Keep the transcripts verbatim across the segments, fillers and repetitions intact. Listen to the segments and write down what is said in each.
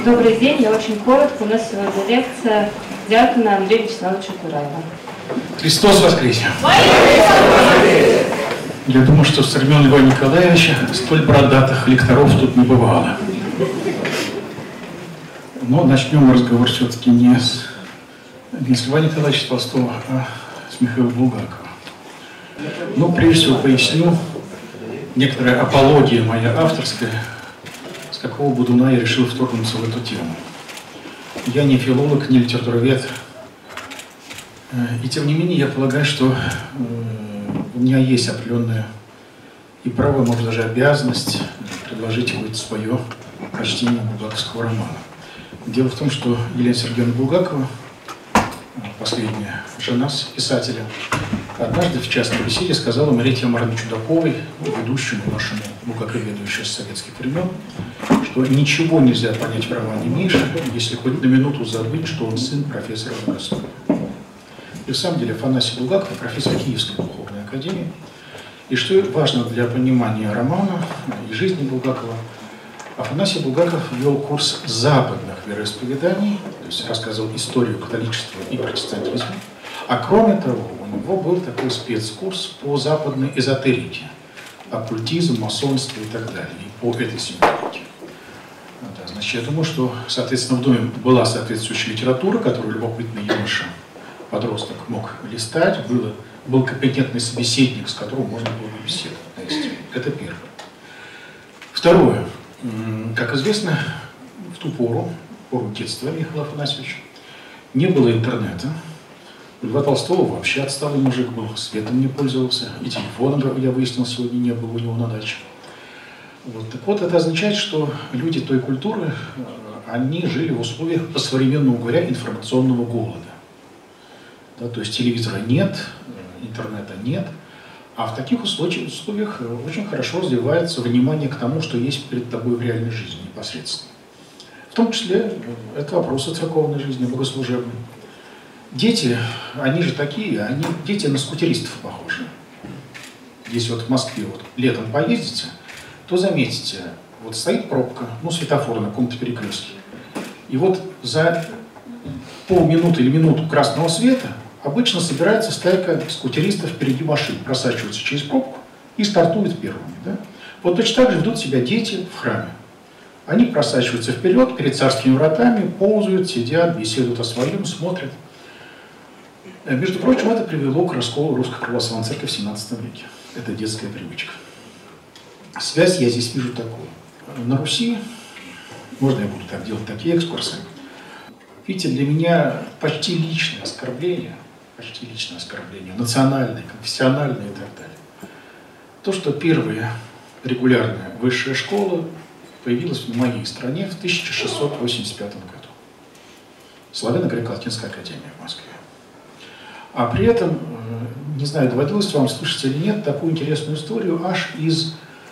Добрый день, я очень коротко. У нас сегодня лекция диакона Андрея Вячеславовича Тураева. Христос воскресе! Я думаю, что со времен Ивана Николаевича столь бородатых лекторов тут не бывало. Но начнем разговор все-таки не с, не с Ивана Николаевича Толстого, а с Михаила Булгакова. Ну, прежде всего поясню, некоторая апология моя авторская, с какого будуна я решил вторгнуться в эту тему. Я не филолог, не литературовед, и тем не менее я полагаю, что у меня есть определенное и право, может даже обязанность предложить какое-то свое прочтение булгаковского романа. Дело в том, что Елена Сергеевна Булгакова, последняя жена писателя, однажды в частной беседе сказала Марии Тиомаровне Чудаковой, ведущему нашему булгаковеду еще с советских времен, что ничего нельзя понять в романе Миша, если хоть на минуту забыть, что он сын профессора Богослова. И в самом деле Афанасий Булгаков профессор Киевской духовной академии. И что важно для понимания романа и жизни Булгакова, Афанасий Булгаков вел курс западных вероисповеданий, то есть рассказывал историю католичества и протестантизма. А кроме того, у него был такой спецкурс по западной эзотерике, оккультизм, масонство и так далее, и по этой символике. Да, значит, я думаю, что, соответственно, в доме была соответствующая литература, которую любопытный юноша, подросток мог листать, было, был компетентный собеседник, с которым можно было беседовать. Это первое. Второе. Как известно, в ту пору, пору детства Михаила Афанасьевича, не было интернета. Льва Толстого вообще отсталый мужик был, светом не пользовался, и телефона, я выяснил, сегодня не было у него на даче. Вот. Так вот, это означает, что люди той культуры, они жили в условиях, по-современному говоря, информационного голода. Да, то есть телевизора нет, интернета нет, а в таких условиях очень хорошо развивается внимание к тому, что есть перед тобой в реальной жизни непосредственно. В том числе это вопросы церковной жизни, богослужебной. Дети, они же такие, они, дети на скутеристов похожи. Если вот в Москве вот летом поездите, то заметите, вот стоит пробка, ну светофор на каком-то перекрестке, и вот за полминуты или минуту красного света обычно собирается стайка скутеристов впереди машин, просачиваются через пробку и стартуют первыми. Да? Вот точно так же ведут себя дети в храме. Они просачиваются вперед, перед царскими вратами, ползают, сидят, беседуют о своем, смотрят. Между прочим, это привело к расколу Русской Православной Церкви в семнадцатом веке. Это детская привычка. Связь я здесь вижу такую. На Руси, можно я буду так делать такие экскурсы, видите, для меня почти личное оскорбление, почти личное оскорбление, национальное, конфессиональное и так далее. То, что первая регулярная высшая школа появилась в моей стране в тысяча шестьсот восемьдесят пятом году. Славяно-греко-латинская академия в Москве. А при этом, не знаю, доводилось вам слышать или нет, такую интересную историю аж из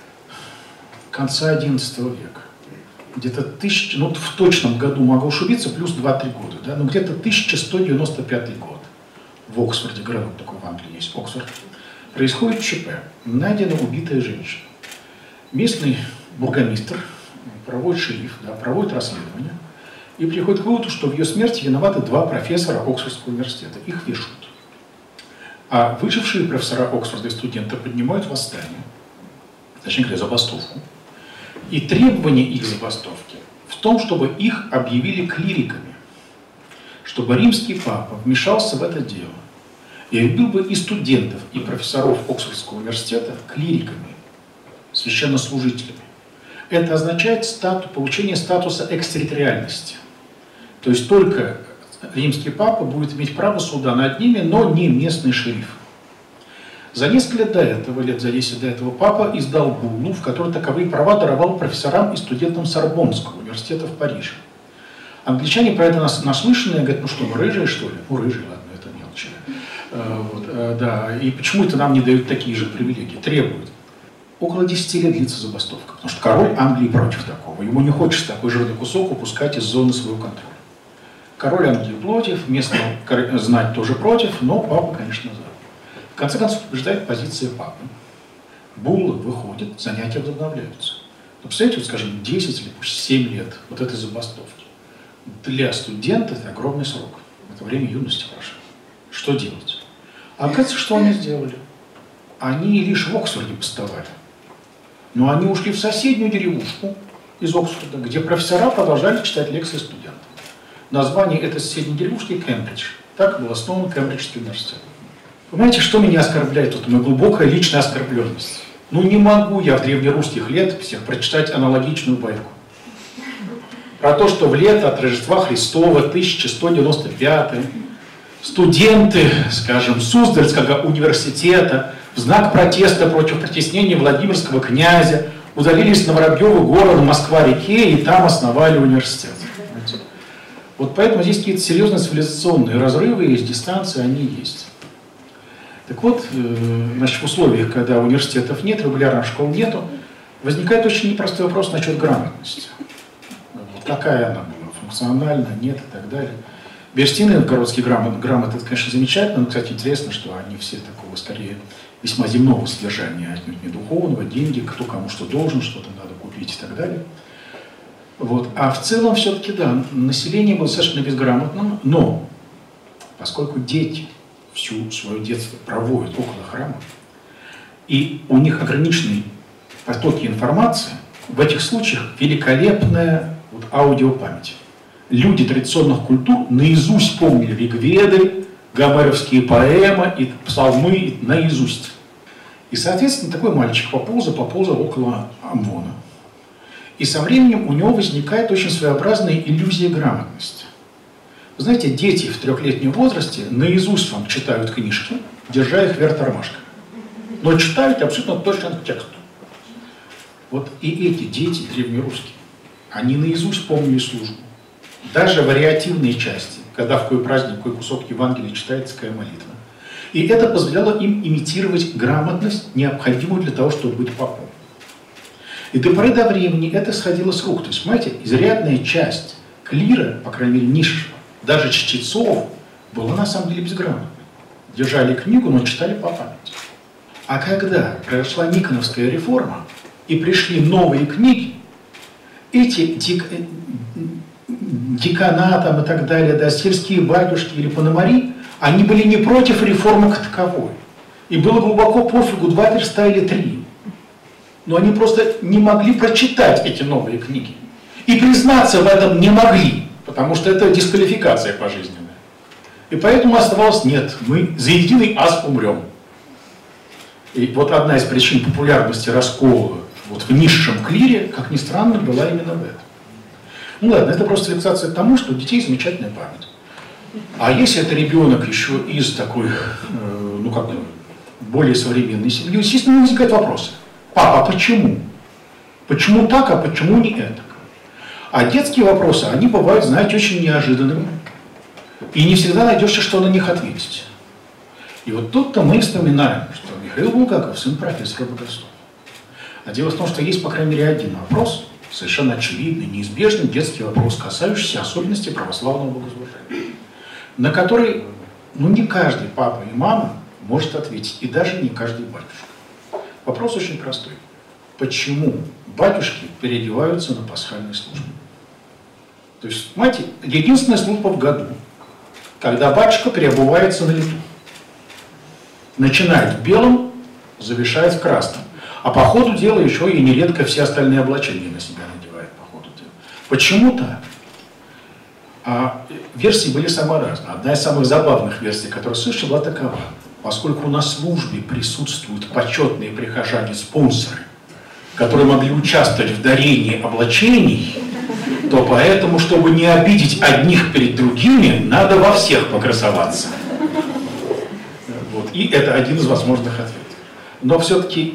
конца одиннадцатого века. Где-то тысяча, ну в точном году могу ошибиться, плюс два-три года, да, но где-то тысяча сто девяносто пятый год. В Оксфорде, городок такой в Англии есть, Оксфорд. Происходит ЧП. Найдена убитая женщина. Местный бургомистр, проводит шериф, да, проводит расследование и приходит к выводу, что в ее смерти виноваты два профессора Оксфордского университета. Их вешают. А выжившие профессора Оксфорда и студенты поднимают восстание, точнее говоря, забастовку. И требование их забастовки в том, чтобы их объявили клириками, чтобы римский папа вмешался в это дело и объявил бы и студентов, и профессоров Оксфордского университета клириками, священнослужителями. Это означает статус, получение статуса экстерриториальности. То есть только римский папа будет иметь право суда над ними, но не местный шериф. За несколько лет до этого, лет за десять до этого, папа издал буллу, в которой таковые права даровал профессорам и студентам Сорбоннского университета в Париже. Англичане про это нас, наслышанные, говорят, ну что, мы рыжие, что ли? Ну, рыжие, ладно, это мелочи. А, вот, а, да. И почему это нам не дают такие же привилегии? Требуют. Около десяти лет длится забастовка, потому что король Англии против такого. Ему не хочется такой жирный кусок упускать из зоны своего контроля. Король Англии против, местная знать тоже против, но папа, конечно, за. В конце концов, побеждает позиция папы. Булла выходит, занятия возобновляются. Ну, представляете, вот, скажем, десять или пусть семь лет вот этой забастовки. Для студента это огромный срок. Это время юности прошло. Что делать? А оказывается, что они сделали? Они лишь в Оксфорде поставали. Но они ушли в соседнюю деревушку из Оксфорда, где профессора продолжали читать лекции студентам. Название этой соседней деревушки – Кембридж. Так был основан Кембриджский университет. Понимаете, что меня оскорбляет? Тут моя глубокая личная оскорбленность. Ну не могу я в древнерусских летописях прочитать аналогичную байку. Про то, что в лето от Рождества Христова тысяча сто девяносто пятый студенты, скажем, Суздальского университета в знак протеста против притеснения Владимирского князя удалились на Воробьеву гору, на Москва-реке, и там основали университет. Вот поэтому здесь какие-то серьезные цивилизационные разрывы есть, дистанции, они есть. Так вот, значит, в условиях, когда университетов нет, регулярных школ нету, возникает очень непростой вопрос насчет грамотности. Вот какая она была, функциональна, нет и так далее. Берестины новгородские грамоты, грамоты, это, конечно, замечательно, но, кстати, интересно, что они все такого, скорее, весьма земного содержания, отнюдь не духовного, деньги, кто кому что должен, что-то надо купить и так далее. Вот. А в целом, все-таки, да, население было совершенно безграмотным, но поскольку дети всю свое детство проводят около храма, и у них ограниченные потоки информации, в этих случаях великолепная вот, аудиопамять. Люди традиционных культур наизусть помнили Ригведы, гомеровские поэмы и псалмы наизусть. И, соответственно, такой мальчик поползал, поползал около Амвона. И со временем у него возникает очень своеобразная иллюзия грамотности. Вы знаете, дети в трехлетнем возрасте наизусть вам читают книжки, держа их вверх тормашками. Но читают абсолютно точно текст. Вот и эти дети древнерусские, они наизусть помнили службу. Даже вариативные части, когда в какой праздник, какой кусок Евангелия читается, какая молитва. И это позволяло им имитировать грамотность, необходимую для того, чтобы быть попом. И до поры до времени это сходило с рук. То есть, понимаете, изрядная часть клира, по крайней мере, низшего, даже чтецов, была на самом деле безграмотной. Держали книгу, но читали по памяти. А когда произошла Никоновская реформа, и пришли новые книги, эти дик... деканатам и так далее, да, сельские батюшки или пономари, они были не против реформы как таковой. И было глубоко пофигу, два перста или три. Но они просто не могли прочитать эти новые книги. И признаться в этом не могли, потому что это дисквалификация пожизненная. И поэтому оставалось, нет, мы за единый ас умрем. И вот одна из причин популярности раскола вот в низшем клире, как ни странно, была именно в этом. Ну ладно, это просто фиксация к тому, что у детей замечательная память. А если это ребенок еще из такой, э, ну как, более современной семьи, естественно, возникает вопрос. Папа, почему? Почему так, а почему не это? А детские вопросы, они бывают, знаете, очень неожиданными. И не всегда найдешь, что на них ответить. И вот тут-то мы вспоминаем, что Михаил Булгаков сын профессора Богослова. А дело в том, что есть, по крайней мере, один вопрос, совершенно очевидный, неизбежный детский вопрос, касающийся особенностей православного богослужения, на который, ну, не каждый папа и мама может ответить, и даже не каждый батюшка. Вопрос очень простой. Почему батюшки переодеваются на пасхальные службы? То есть, понимаете, единственная служба в году, когда батюшка переобувается на лету. Начинает в белом, завершает в красном. А по ходу дела еще и нередко все остальные облачения на себя надевает по ходу дела. Почему так? А версии были самые разные. Одна из самых забавных версий, которую слышал, была такова. Поскольку на службе присутствуют почетные прихожане-спонсоры, которые могли участвовать в дарении облачений, то поэтому, чтобы не обидеть одних перед другими, надо во всех покрасоваться. Вот. И это один из возможных ответов. Но все-таки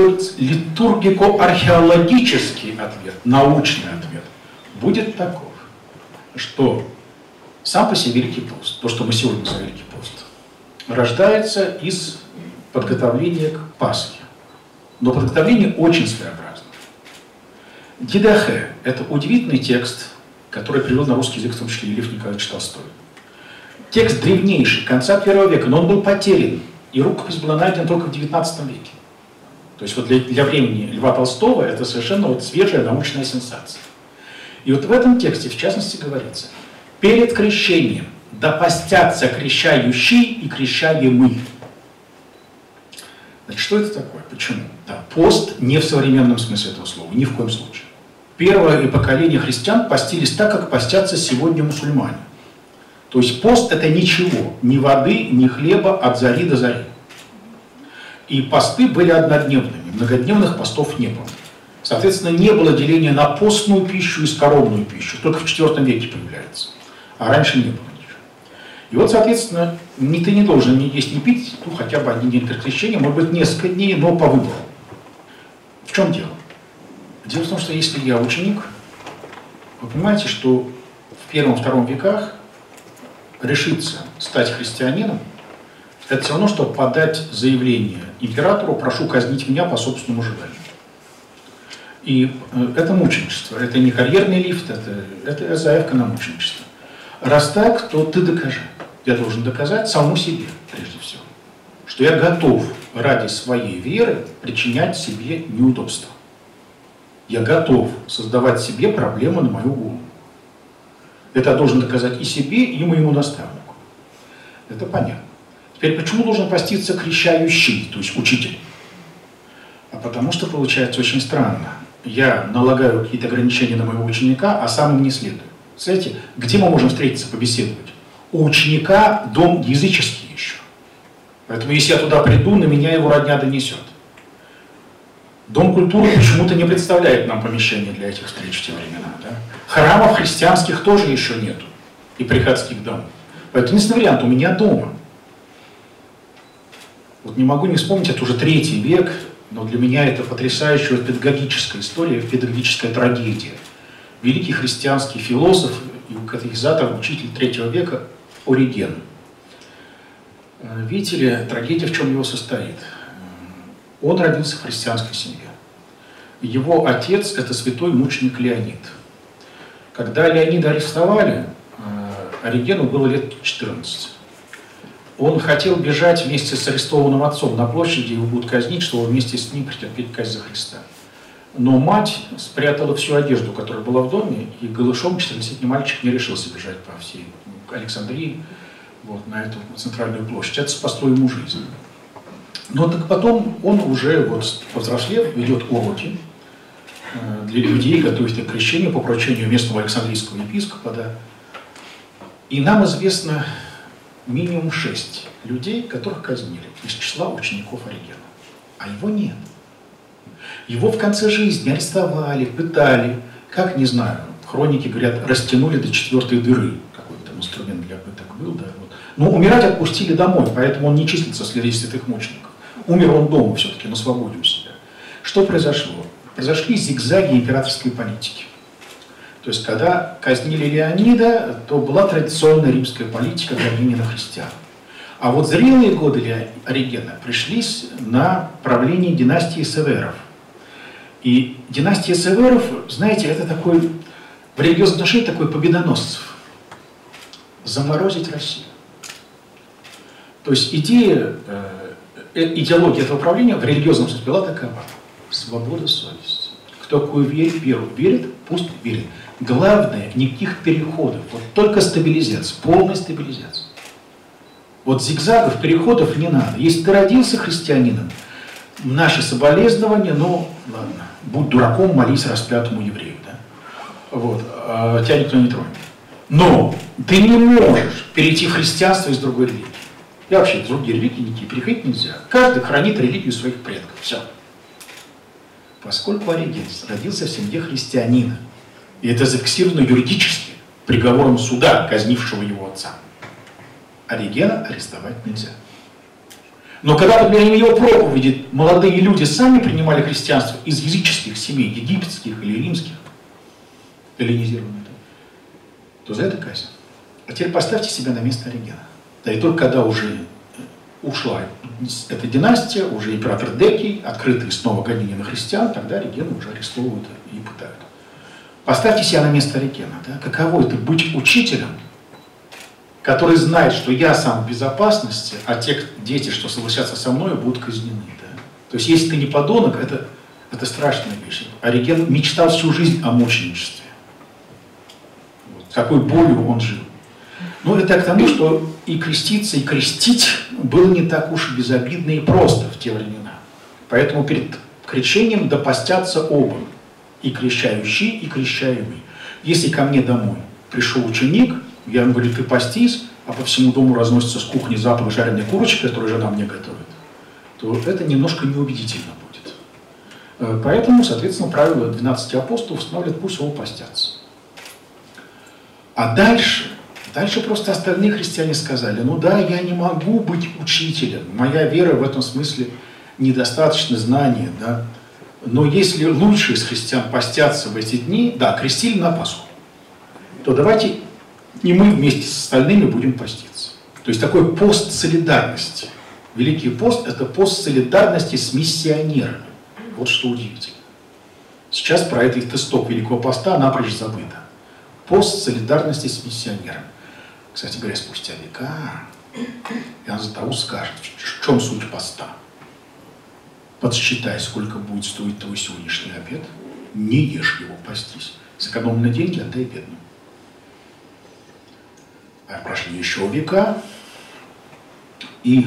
литургико-археологический ответ, научный ответ, будет таков, что сам по себе Великий пост, то, что мы сегодня называем Великий пост, рождается из подготовления к Пасхе. Но подготовление очень своеобразно. Дидахе – это удивительный текст, который привел на русский язык в том числе и Лев Николаевич Толстой. Текст древнейший, конца первого века, но он был потерян. И рукопись была найдена только в девятнадцатом веке. То есть вот для, для времени Льва Толстого это совершенно вот свежая научная сенсация. И вот в этом тексте, в частности, говорится: перед крещением да постятся крещающий и крещаемый. Значит, что это такое? Почему? Да, пост не в современном смысле этого слова, ни в коем случае. Первое поколение христиан постились так, как постятся сегодня мусульмане. То есть пост это ничего, ни воды, ни хлеба от зари до зари. И посты были однодневными, многодневных постов не было. Соответственно, не было деления на постную пищу и скоромную пищу, только в четвёртом веке появляется, а раньше не было ничего. И вот, соответственно, ни ты не должен ни есть, ни пить, ну, хотя бы один день перед крещением, может быть, несколько дней, но по выбору. В чем дело? Дело в том, что если я ученик, вы понимаете, что в первом-втором веках решиться стать христианином, это все равно, что подать заявление императору: прошу казнить меня по собственному желанию. И это мученичество, это не карьерный лифт, это, это заявка на мученичество. Раз так, то ты докажи. Я должен доказать самому себе, прежде всего, что я готов ради своей веры причинять себе неудобства. Я готов создавать себе проблемы на мою голову. Это я должен доказать и себе, и моему наставнику. Это понятно. Теперь, почему должен поститься крещающий, то есть учитель? А потому что получается очень странно. Я налагаю какие-то ограничения на моего ученика, а сам им не следую. Знаете, где мы можем встретиться, побеседовать? У ученика дом языческий еще. Поэтому если я туда приду, на меня его родня донесет. Дом культуры почему-то не представляет нам помещения для этих встреч в те времена. Да? Храмов христианских тоже еще нету. И приходских домов. Поэтому единственный вариант: у меня дома. Вот не могу не вспомнить, это уже третий век, но для меня это потрясающая педагогическая история, педагогическая трагедия. Великий христианский философ и катехизатор, учитель третьего века Ориген. Видите ли, трагедия в чем его состоит? Он родился в христианской семье. Его отец – это святой мученик Леонид. Когда Леонида арестовали, Оригену было лет четырнадцать. Он хотел бежать вместе с арестованным отцом на площади, его будут казнить, чтобы вместе с ним претерпеть казнь за Христа. Но мать спрятала всю одежду, которая была в доме, и голышом четырнадцатилетний мальчик не решился бежать по всей Александрии, вот, на эту центральную площадь. Это спасло ему жизнь. Но так потом он уже, вот, повзрослев, ведет уроки для людей, готовит к крещению по поручению местного Александрийского епископа. Да. И нам известно минимум шесть людей, которых казнили из числа учеников Оригена. А его нет. Его в конце жизни арестовали, пытали, как, не знаю, хроники говорят, растянули до четвертой дыры. Какой-то там инструмент для пыток был, да. Вот. Но умирать отпустили домой, поэтому он не числится среди святых мучеников. Умер он дома все-таки, на свободе у себя. Что произошло? Произошли зигзаги императорской политики. То есть, когда казнили Леонида, то была традиционная римская политика гонения на христиан. А вот зрелые годы Оригена пришлись на правление династии Северов. И династия Северов, знаете, это такой, в религиозном отношении такой победоносцев. Заморозить Россию. То есть идея, э, идеология этого правления в религиозном смысле была такова. Свобода совести. Кто какую верит, веру верит, пусть верит. Главное, никаких переходов. Вот только стабилизация, полная стабилизация. Вот зигзагов, переходов не надо. Если ты родился христианином, наши соболезнования, ну, ладно, будь дураком, молись распятому еврею. Да? Вот, а тебя никто не тронет. Но ты не можешь перейти в христианство из другой религии. И вообще, из других религий никакие переходить нельзя. Каждый хранит религию своих предков. Все. Поскольку Ориген родился в семье христианина, и это зафиксировано юридически приговором суда, казнившего его отца, Оригена арестовать нельзя. Но когда во время его проповеди молодые люди сами принимали христианство из языческих семей, египетских или римских, эллинизированных, то за это казнь. А теперь поставьте себя на место Оригена. Да и только когда уже ушла эта династия, уже император Декий, открытый снова гонение на христиан, тогда Оригена уже арестовывают и пытают. Поставьте себя на место Оригена. Да? Каково это быть учителем, который знает, что я сам в безопасности, а те дети, что согласятся со мной, будут казнены. Да? То есть, если ты не подонок, это, это страшная вещь. Ориген мечтал всю жизнь о мученичестве. Вот. Какой болью он жил. Но это к тому, что и креститься, и крестить было не так уж безобидно и просто в те времена. Поэтому перед крещением да постятся оба, и крещающий, и крещаемый. Если ко мне домой пришел ученик, я ему говорю, ты постись, а по всему дому разносится с кухни запах жареной курочки, которую жена мне готовит, то это немножко неубедительно будет. Поэтому, соответственно, правило двенадцати апостолов устанавливает, пусть оба постятся. А дальше, дальше просто остальные христиане сказали, ну да, я не могу быть учителем, моя вера в этом смысле недостаточно знания, да. Но если лучшие из христиан постятся в эти дни, да, крестили на Пасху, то давайте и мы вместе с остальными будем поститься. То есть такой пост солидарности. Великий пост – это пост солидарности с миссионерами. Вот что удивительно. Сейчас про этот исток Великого поста напрочь забыто. Пост солидарности с миссионерами. Кстати говоря, спустя века Иоанн Златоуст скажет, в чем суть поста. Подсчитай, сколько будет стоить твой сегодняшний обед, не ешь его, постись. Сэкономь на деньги, отдай бедным. А прошли еще века, и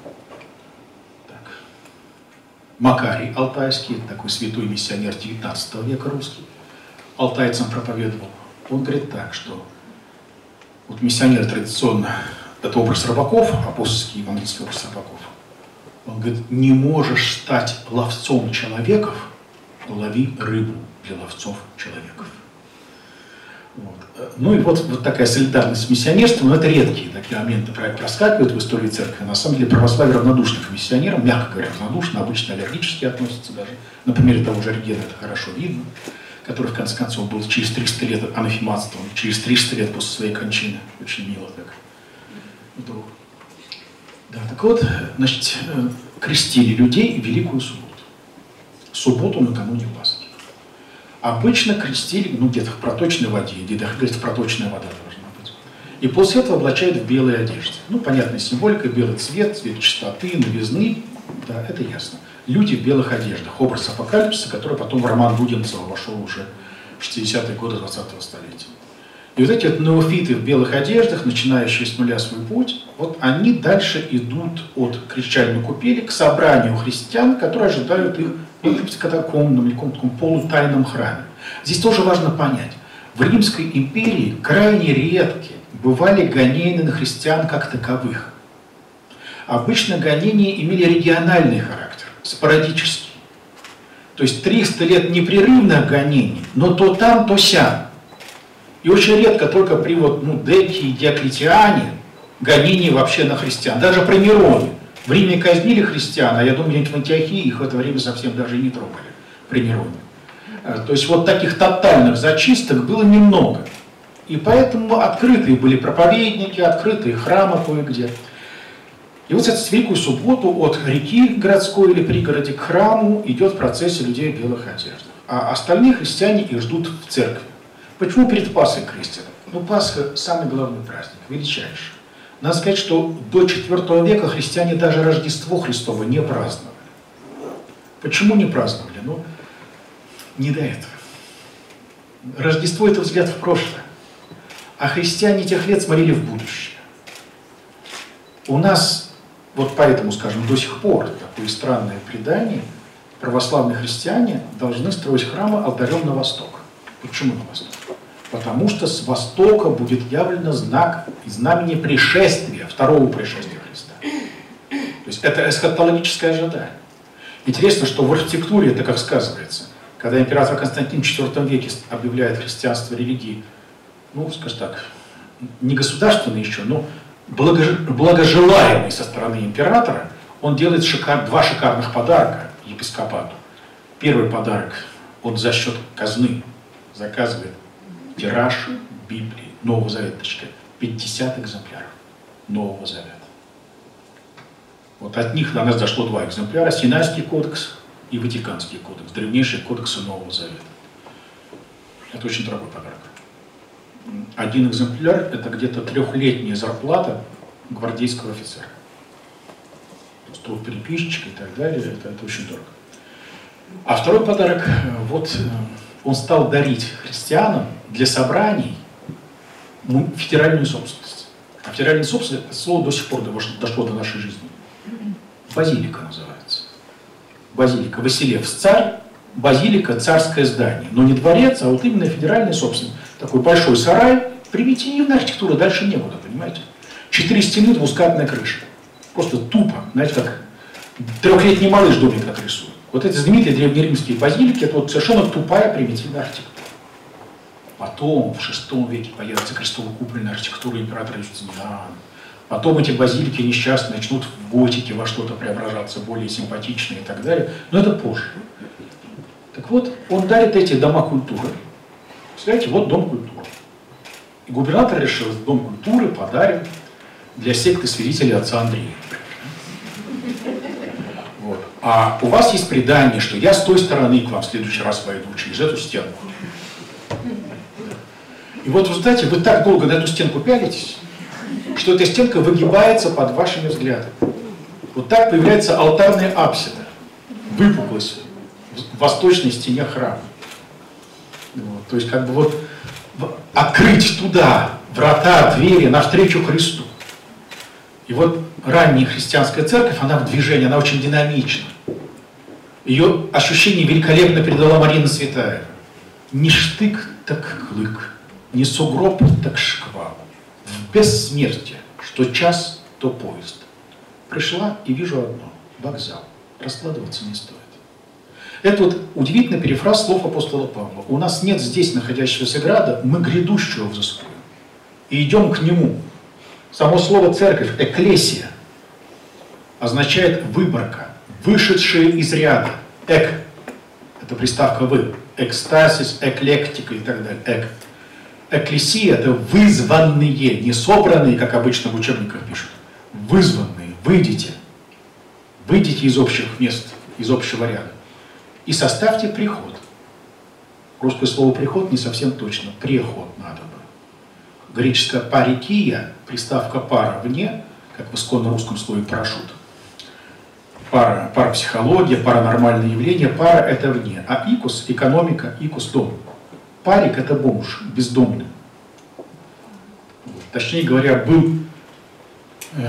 так, Макарий Алтайский, такой святой миссионер девятнадцатого века русский, алтайцам проповедовал. Он говорит так, что вот миссионеры традиционно, это образ рыбаков, апостольский евангельский образ рыбаков. Он говорит, не можешь стать ловцом человеков, лови рыбу для ловцов человеков. Вот. Ну и вот, вот такая солидарность с миссионерством, но это редкие такие моменты проскакивают в истории церкви. На самом деле православие равнодушно к миссионерам, мягко говоря, равнодушно, обычно аллергически относятся даже. На примере того же Оригена это хорошо видно, который в конце концов был через триста лет анафематством, через триста лет после своей кончины. Очень мило так. Вдруг. Да, так вот, значит, крестили людей в Великую Субботу. Субботу накануне Пасхи. Обычно крестили, ну, где-то в проточной воде, где-то, говорит, проточная вода должна быть. И после этого облачают в белые одежды. Ну, понятная символика, белый цвет, цвет чистоты, новизны, да, это ясно. Люди в белых одеждах, образ апокалипсиса, который потом в роман Буденцева вошел уже в шестидесятые годы двадцатого столетия. И вот эти вот неофиты в белых одеждах, начинающие с нуля свой путь, вот они дальше идут от крещальной купели к собранию христиан, которые ожидают их в катакомбном или каком-то полутайном храме. Здесь тоже важно понять, в Римской империи крайне редки бывали гонения на христиан как таковых. Обычно гонения имели региональный характер, спорадический. То есть триста лет непрерывных гонений, но то там, то сям. И очень редко только при вот, ну, Деке и Диоклетиане гонения вообще на христиан. Даже при Нероне. В Риме казнили христиан, а я думаю, где-нибудь в Антиохии их в это время совсем даже и не трогали при Нероне. То есть вот таких тотальных зачисток было немного. И поэтому открытые были проповедники, открытые храмы кое-где. И вот в Великую Субботу от реки городской или пригороде к храму идет процессия людей в белых одеждах. А остальные христиане их ждут в церкви. Почему перед Пасхой крестят? Ну, Пасха – самый главный праздник, величайший. Надо сказать, что до четвёртого века христиане даже Рождество Христово не праздновали. Почему не праздновали? Ну, не до этого. Рождество – это взгляд в прошлое. А христиане тех лет смотрели в будущее. У нас, вот поэтому, скажем, до сих пор такое странное предание, православные христиане должны строить храмы алтарем на восток. Почему на восток? Потому что с востока будет явлено знак и знамение пришествия, второго пришествия Христа. То есть это эсхатологическое ожидание. Интересно, что в архитектуре это как сказывается. Когда император Константин в четвёртом веке объявляет христианство религией, ну, скажем так, не государственной еще, но благожелаемой со стороны императора, он делает шикар, два шикарных подарка епископату. Первый подарок, он за счет казны заказывает тираж Библии, Нового Завета, пятьдесят экземпляров Нового Завета. Вот от них до нас дошло два экземпляра, Синайский кодекс и Ватиканский кодекс, древнейшие кодексы Нового Завета. Это очень дорогой подарок. Один экземпляр – это где-то трехлетняя зарплата гвардейского офицера. труд переписчика и так далее, это, это очень дорого. А второй подарок, вот он стал дарить христианам для собраний федеральную собственность. А федеральная собственность, это слово до сих пор дошло до нашей жизни. Базилика называется. Базилика. Василев царь, базилика, царское здание. Но не дворец, а вот именно федеральная собственность. Такой большой сарай, примитивная архитектура, дальше некуда, понимаете? Четыре стены, двускатная крыша. Просто тупо, знаете, как трехлетний малыш домик так рисует. Вот эти знаменитые древнеримские базилики, это вот совершенно тупая примитивная архитектура. Потом, в шестом веке, появится крестово-купольная архитектура императора Юстиниана. Потом эти базилики несчастные начнут в готике во что-то преображаться, более симпатичные и так далее. Но это позже. Так вот, он дарит эти дома культуры. Представляете, вот дом культуры. И губернатор решил, дом культуры подарим для секты свидетелей отца Андрея. Вот. А у вас есть предание, что я с той стороны к вам в следующий раз войду, через эту стенку. И вот, вы знаете, вы так долго на эту стенку пялитесь, что эта стенка выгибается под вашими взглядами. Вот так появляется алтарная апсида, выпуклость в восточной стене храма. Вот. То есть, как бы вот открыть туда врата, двери навстречу Христу. И вот ранняя христианская церковь, она в движении, она очень динамична. Ее ощущение великолепно передала Марина Цветаева. Не штык, так клык, не сугроб, так шквал. В бессмертие, что час, то поезд. Пришла и вижу одно – вокзал. Раскладываться не стоит. Это вот удивительный перефраз слов апостола Павла. У нас нет здесь находящегося града, мы грядущего взыскуем. И идем к нему. Само слово церковь, экклесия, означает выборка, вышедшие из ряда. Эк – это приставка «вы». Экстасис, эклектика и так далее. Эк. Экклесия – это вызванные, не собранные, как обычно в учебниках пишут. Вызванные. Выйдите. Выйдите из общих мест, из общего ряда. И составьте приход. Русское слово «приход» не совсем точно. Приход надо бы. Греческое «парикия», приставка «пара» вне, как в исконно русском слове «парашют». Пара, парапсихология, паранормальные явления, пара – это вне. А икус – экономика, икус – дом. Парик – это бомж, бездомный. Точнее говоря, был, э,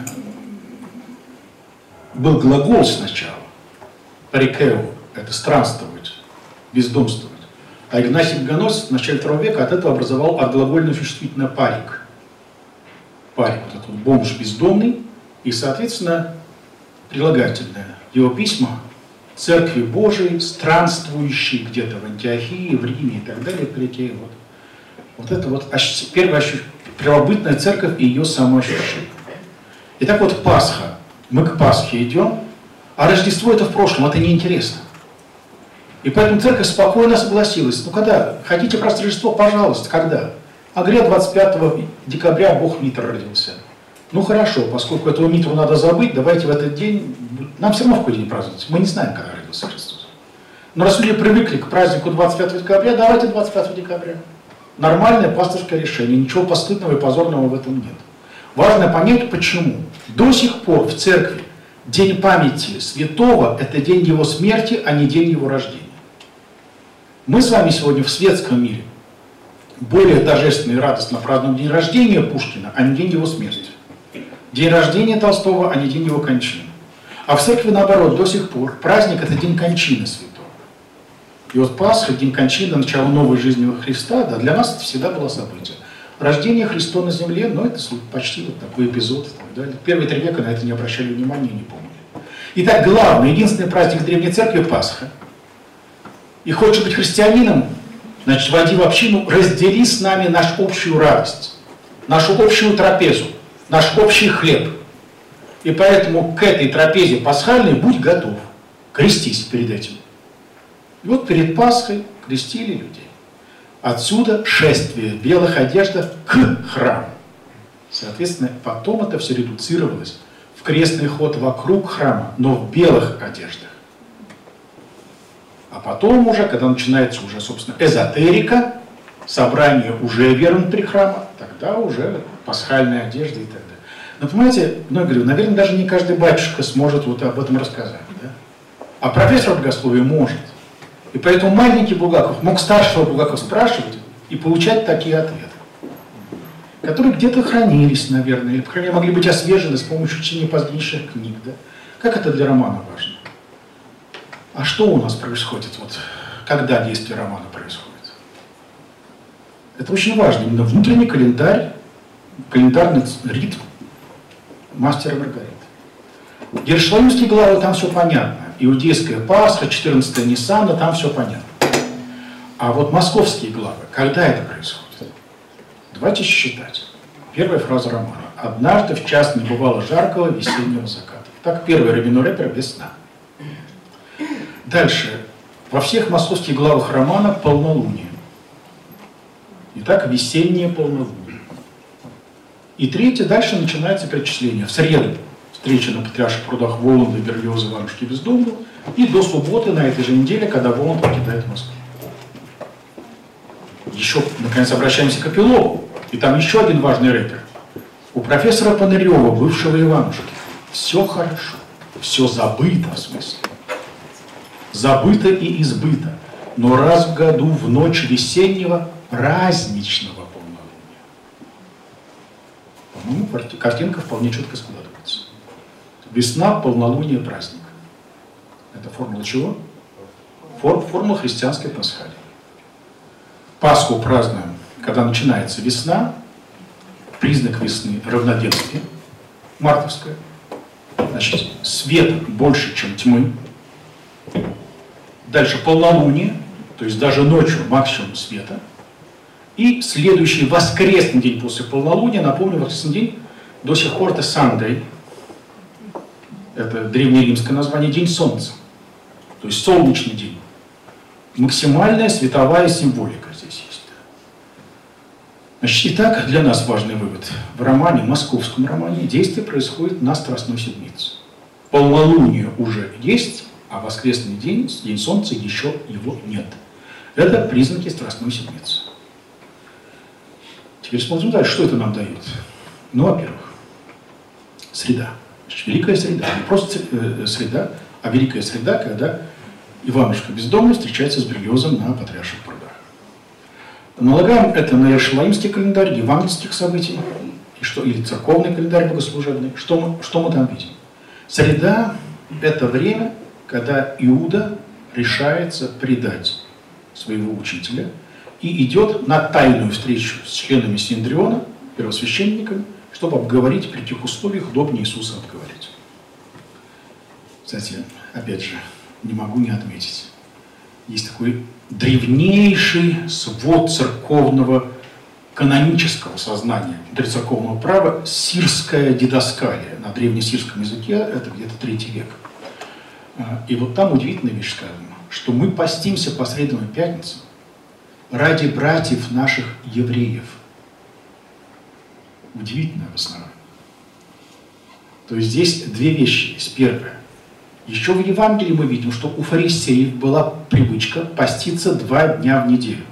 был глагол сначала. Парикео – это странствовать, бездомствовать. А Игнатий Богоносец в начале второго века от этого образовал отглагольное существительное парик. Парик – вот этот бомж бездомный, и, соответственно, прилагательное. Его письма Церкви Божией, странствующей где-то в Антиохии, в Риме и так далее, по реке. Вот, вот это вот первая ощущение, первобытная церковь и ее самоощущение. Итак, вот Пасха. Мы к Пасхе идем, а Рождество это в прошлом, это неинтересно. И поэтому церковь спокойно согласилась. Ну когда? Хотите праздновать Рождество? Пожалуйста. Когда? А говорят, двадцать пятого декабря Бог Митр родился. Ну хорошо, поскольку этого Митру надо забыть, давайте в этот день, нам все равно в какой день праздновать, мы не знаем, когда родился Христос. Но раз люди привыкли к празднику двадцать пятого декабря, давайте двадцать пятого декабря. Нормальное пасторское решение, ничего постыдного и позорного в этом нет. Важно понять, почему. До сих пор в церкви день памяти святого – это день его смерти, а не день его рождения. Мы с вами сегодня в светском мире более торжественно и радостно празднуем день рождения Пушкина, а не день его смерти. День рождения Толстого, а не день его кончины. А в церкви, наоборот, до сих пор праздник – это день кончины святого. И вот Пасха, день кончины, начало новой жизни Христа, да, для нас это всегда было событие. Рождение Христа на земле, ну, это почти вот такой эпизод и так далее. Первые три века на это не обращали внимания, не помнили. Итак, главный, единственный праздник Древней Церкви – Пасха. И хочешь быть христианином, значит, войди в общину, раздели с нами нашу общую радость, нашу общую трапезу, наш общий хлеб. И поэтому к этой трапезе пасхальной будь готов. Крестись перед этим. И вот перед Пасхой крестили людей. Отсюда шествие в белых одеждах к храму. Соответственно, потом это все редуцировалось в крестный ход вокруг храма, но в белых одеждах. А потом уже, когда начинается уже, собственно, эзотерика, собрание уже веры внутри храма, тогда уже пасхальная одежда и так далее. Но понимаете, ну, я говорю, наверное, даже не каждый батюшка сможет вот об этом рассказать. Да? А профессор богословия может. И поэтому маленький Булгаков мог старшего Булгакова спрашивать и получать такие ответы, которые где-то хранились, наверное, или, по крайней мере, могли быть освежены с помощью чтения позднейших книг. Да? Как это для романа важно? А что у нас происходит, вот, когда действие романа происходит? Это очень важно, именно внутренний календарь, календарный ритм «Мастера и Маргариты». Иерусалимские главы, там все понятно. Иудейская Пасха, четырнадцатая Ниссана, там все понятно. А вот московские главы, когда это происходит? Давайте считать. Первая фраза романа. «Однажды в час не бывало жаркого весеннего заката». Так, первый раввину рэпер «Весна». Дальше. Во всех московских главах романа полнолуние. Итак, весеннее полнолуние. И третье, дальше начинается перечисление. В среду встреча на Патриарших прудах Воланда, Берлиоза, Иванушки, Бездомного. И до субботы на этой же неделе, когда Воланд покидает Москву. Еще, наконец, обращаемся к эпилогу. И там еще один важный рэпер. У профессора Панырева, бывшего Иванушки, все хорошо, все забыто, в смысле. Забыто и избыто. Но раз в году, в ночь весеннего, праздничного полнолуния. По-моему, картинка вполне четко складывается. Весна, полнолуние, праздник. Это формула чего? Форм, формула христианской пасхалии. Пасху празднуем, когда начинается весна. Признак весны – равноденствие, мартовское. Значит, свет больше, чем тьмы. Дальше полнолуние, то есть даже ночью максимум света. И следующий воскресный день после полнолуния, напомню, воскресный день до сих пор это Sunday. Это древнеримское название день солнца. То есть солнечный день. Максимальная световая символика здесь есть. Значит, итак, для нас важный вывод. В романе, московском романе, действие происходит на Страстную Седмицу. Полнолуние уже есть, а воскресный день, день солнца, еще его нет. Это признаки Страстной Седмицы. Теперь смотрим дальше, что это нам дает. Ну, во-первых, среда. Значит, великая среда. Не просто среда, а великая среда, когда Иванушка Бездомный встречается с Берлиозом на Патриарших прудах. Налагаем это на Иерусалимский календарь евангельских событий, и что, или церковный календарь богослужебный. Что мы, что мы там видим? Среда – это время, когда Иуда решается предать своего учителя и идет на тайную встречу с членами Синедриона, первосвященниками, чтобы обговорить, при каких условиях удобнее Иисуса обговорить. Кстати, опять же, не могу не отметить. Есть такой древнейший свод церковного канонического сознания, внутрицерковного права, сирская дидаскалия. На древнесирском языке это где-то третий век. И вот там удивительная вещь сказана, что мы постимся по средам и пятницам ради братьев наших евреев. Удивительное обоснование. То есть здесь две вещи есть. Первое. Еще в Евангелии мы видим, что у фарисеев была привычка поститься два дня в неделю.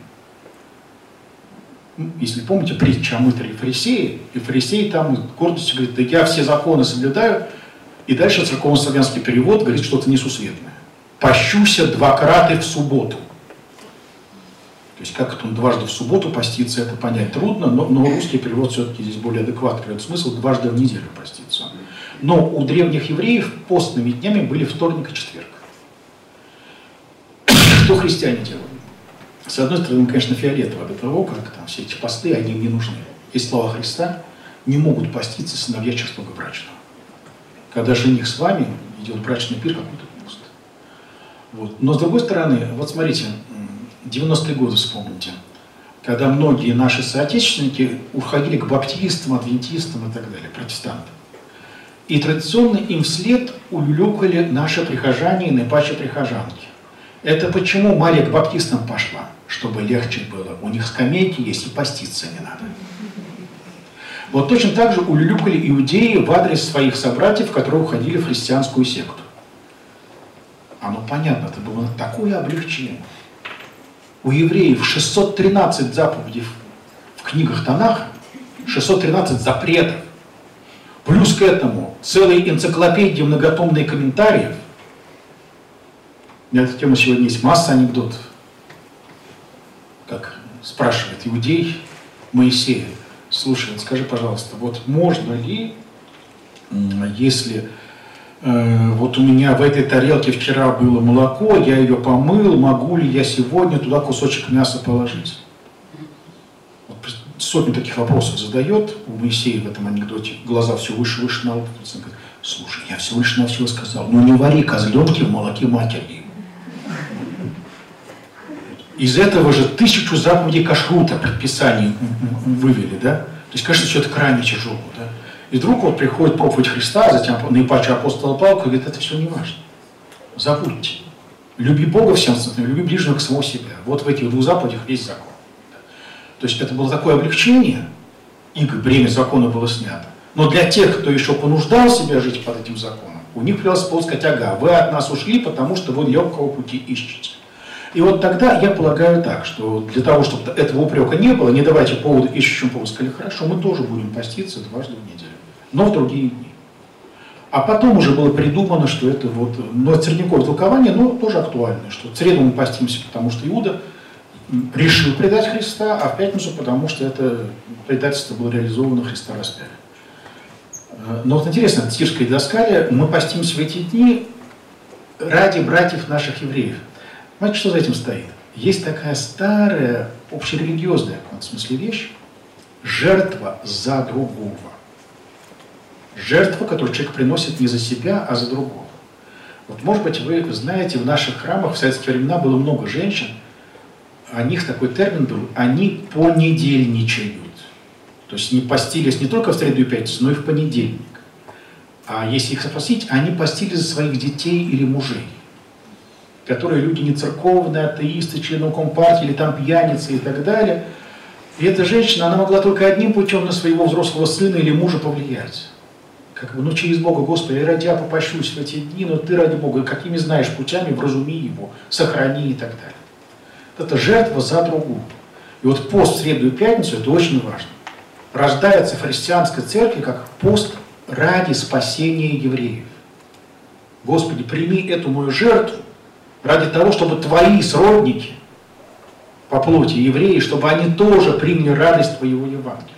Если помните притчу о мытаре фарисеи, и фарисеи там с гордостью говорит, да я все законы соблюдаю, и дальше церковно-славянский перевод говорит что-то несусветное. Пощуся двакраты в субботу. То есть как это он дважды в субботу поститься, это понять трудно, но, но русский перевод все-таки здесь более адекватный. Это смысл дважды в неделю поститься. Но у древних евреев постными днями были вторник и четверг. Что христиане делали? С одной стороны, конечно, фиолетово до того, как там все эти посты, они им не нужны. Есть слова Христа, не могут поститься сыновья чертога брачного. Когда жених с вами идет брачный пир, как будто пост. Вот. Но с другой стороны, вот смотрите, девяностые годы вспомните, когда многие наши соотечественники уходили к баптистам, адвентистам и так далее, протестантам. И традиционно им вслед улюлюкали наши прихожане и наипаче прихожанки. Это почему Мария к баптистам пошла? Чтобы легче было. У них скамейки есть, и поститься не надо. Вот точно так же улюлюкали иудеи в адрес своих собратьев, которые уходили в христианскую секту. Оно понятно, это было такое облегчение. У евреев шестьсот тринадцать заповедей в книгах Танаха, шестьсот тринадцать запретов. Плюс к этому целые энциклопедии, многотомные комментариев. На эту тему сегодня есть масса анекдотов. Как спрашивает иудей Моисея: слушай, скажи, пожалуйста, вот можно ли, если э, вот у меня в этой тарелке вчера было молоко, я ее помыл, могу ли я сегодня туда кусочек мяса положить? Вот сотни таких вопросов задает у Моисея в этом анекдоте. Глаза все выше, выше на лоб. Он говорит: слушай, я всего лишь навсего сказал, ну не вари козленки в молоке матери. Из этого же тысячу заповедей кашрута, предписаний вывели, да? То есть, конечно, что-то крайне тяжело, да? И вдруг вот приходит проповедь Христа, затем наипаче апостола Павла, говорит: это все не важно. Забудьте. Люби Бога всем сердцем, люби ближнего к самого себя. Вот в этих двух заповедях весь закон. То есть это было такое облегчение, и бремя закона было снято. Но для тех, кто еще понуждал себя жить под этим законом, у них появилась повод сказать: ага, вы от нас ушли, потому что вы легкого пути ищете. И вот тогда я полагаю так, что для того, чтобы этого упрека не было, не давайте поводу ищущим повод, сказали: хорошо, мы тоже будем поститься дважды в неделю, но в другие дни. А потом уже было придумано, что это вот, ну, средневековое толкование, но тоже актуальное, что в среду мы постимся, потому что Иуда решил предать Христа, а в пятницу, потому что это предательство было реализовано, Христа распяли. Но вот интересно, в Тирской дидασκалии мы постимся в эти дни ради братьев наших евреев. Знаете, что за этим стоит? Есть такая старая, общерелигиозная, в каком-то смысле, вещь – жертва за другого. Жертва, которую человек приносит не за себя, а за другого. Вот, может быть, вы знаете, в наших храмах в советские времена было много женщин, у них такой термин был – они понедельничают. То есть не постились не только в среду и пятницу, но и в понедельник. А если их спросить, они постились за своих детей или мужей, которые люди не церковные, атеисты, члены Компартии, или там пьяницы и так далее. И эта женщина, она могла только одним путем на своего взрослого сына или мужа повлиять. Как бы, ну через Бога, Господи, я ради тебя попощусь в эти дни, но ты ради Бога, какими знаешь путями, вразуми его, сохрани и так далее. Это жертва за другую. И вот пост в среду и пятницу, это очень важно. Рождается в христианской церкви как пост ради спасения евреев. Господи, прими эту мою жертву ради того, чтобы твои сродники по плоти евреи, чтобы они тоже приняли радость твоего Евангелия.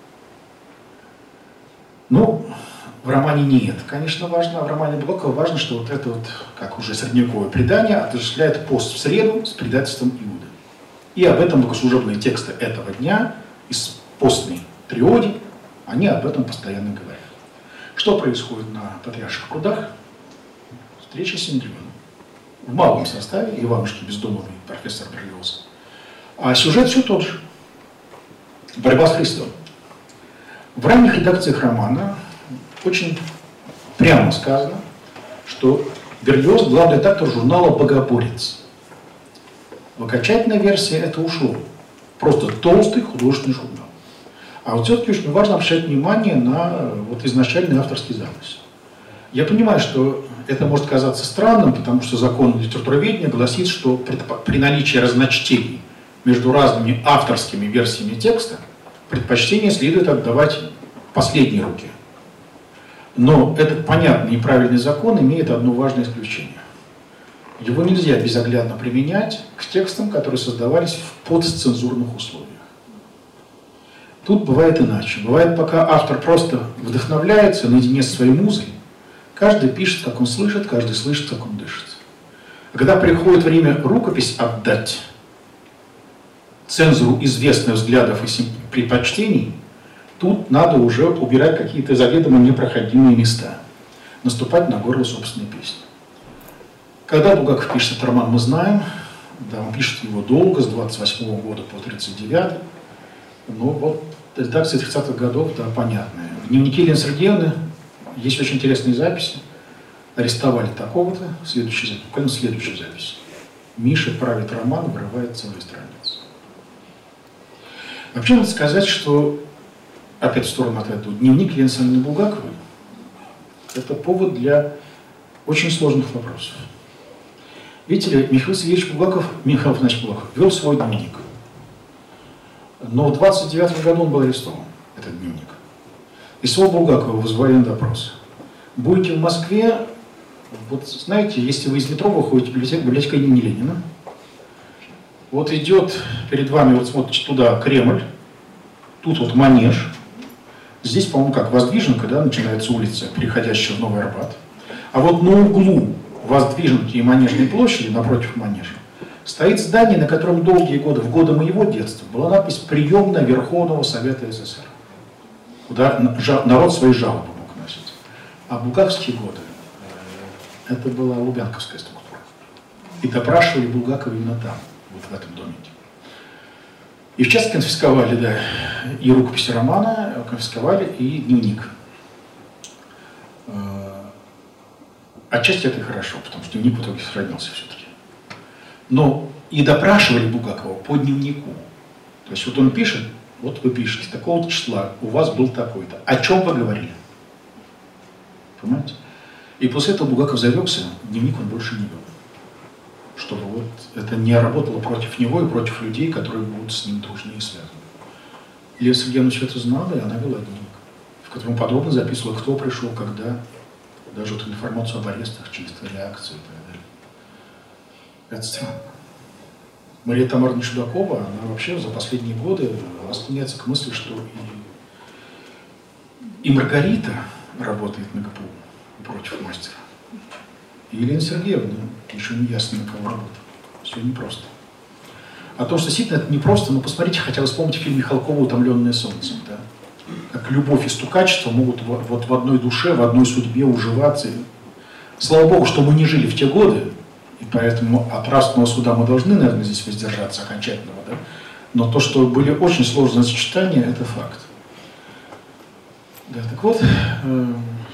Ну, в романе не это, конечно, важно, а в романе Булгакова важно, что вот это вот, как уже средневековое предание, отождествляет пост в среду с предательством Иуды. И об этом богослужебные тексты этого дня из постной триоди, они об этом постоянно говорят. Что происходит на Патриарших прудах? Встреча с Андреем. В малом составе, Иванушки Бездомовый, профессор Берлиоз. А сюжет все тот же. Борьба с Христом. В ранних редакциях романа очень прямо сказано, что Берлиоз – главный редактор журнала «Богоборец». В окончательной версии это ушло. Просто толстый художественный журнал. А вот все-таки очень важно обращать внимание на вот изначальный авторский замысел. Я понимаю, что это может казаться странным, потому что закон литературоведения гласит, что при, при наличии разночтений между разными авторскими версиями текста предпочтение следует отдавать последней руке. Но этот понятный и правильный закон имеет одно важное исключение. Его нельзя безоглядно применять к текстам, которые создавались в подцензурных условиях. Тут бывает иначе. Бывает, пока автор просто вдохновляется наедине с своей музой, каждый пишет, как он слышит, каждый слышит, как он дышит. А когда приходит время рукопись отдать цензору известных взглядов и предпочтений, тут надо уже убирать какие-то заведомо непроходимые места, наступать на горло собственной песни. Когда Булгаков пишет этот роман, мы знаем, да, он пишет его долго, с двадцать восьмого года по тридцать девятый, но вот редакция тридцатых годов, да, понятная. В дневнике Елены Сергеевны есть очень интересные записи. Арестовали такого-то, следующая запись, буквально следующая запись. Миша правит роман, вырывает целую страницу. Вообще надо сказать, что, опять в сторону от этого, дневник Елены Александровны Булгаковой – это повод для очень сложных вопросов. Видите ли, Михаил Сергеевич Булгаков, Михаил Афанасьевич Булгаков вел свой дневник. Но в двадцать девятом году он был арестован, этот дневник. И самого Булгакова вызвали на допрос. Будете в Москве, вот знаете, если вы из метро выходите, библиотека, библиотека имени Ленина, вот идет перед вами, вот смотрите туда Кремль, тут вот Манеж, здесь, по-моему, как Воздвиженка, да, начинается улица, переходящая в Новый Арбат. А вот на углу Воздвиженки и Манежной площади, напротив Манежа, стоит здание, на котором долгие годы, в годы моего детства, была надпись «Приемная Верховного Совета СССР», куда народ свои жалобы мог носить. А в булгаковские годы это была лубянковская структура. И допрашивали Булгакова именно там, вот в этом домике. И в частности конфисковали, да, и рукописи романа, конфисковали и дневник. Отчасти это и хорошо, потому что дневник в итоге сохранился все-таки. Но и допрашивали Булгакова по дневнику. То есть вот он пишет, вот вы пишете, такого числа у вас был такой-то. О чем вы говорили? Понимаете? И после этого Булгаков завелся, дневник он больше не вел. Чтобы вот это не работало против него и против людей, которые будут с ним дружны и связаны. Лия Сергеевна все это знала, и она вела дневник, в котором подробно записывала, кто пришел, когда, даже вот информацию об арестах, чисто реакции и так далее. Это странно. Мария Тамаровна Чудакова, она вообще за последние годы склоняется к мысли, что и, и Маргарита работает на ГПУ против мастера. И Елена Сергеевна, еще не ясно, на кого работает. Все непросто. А то, что действительно это непросто, ну посмотрите, хотя бы вспомните фильм Михалкова «Утомленные солнцем». Да? Как любовь и стукачество могут вот в одной душе, в одной судьбе уживаться. Слава Богу, что мы не жили в те годы, и поэтому от нравственного суда мы должны, наверное, здесь воздержаться окончательного. Да? Но то, что были очень сложные сочетания, это факт. Да, так вот, э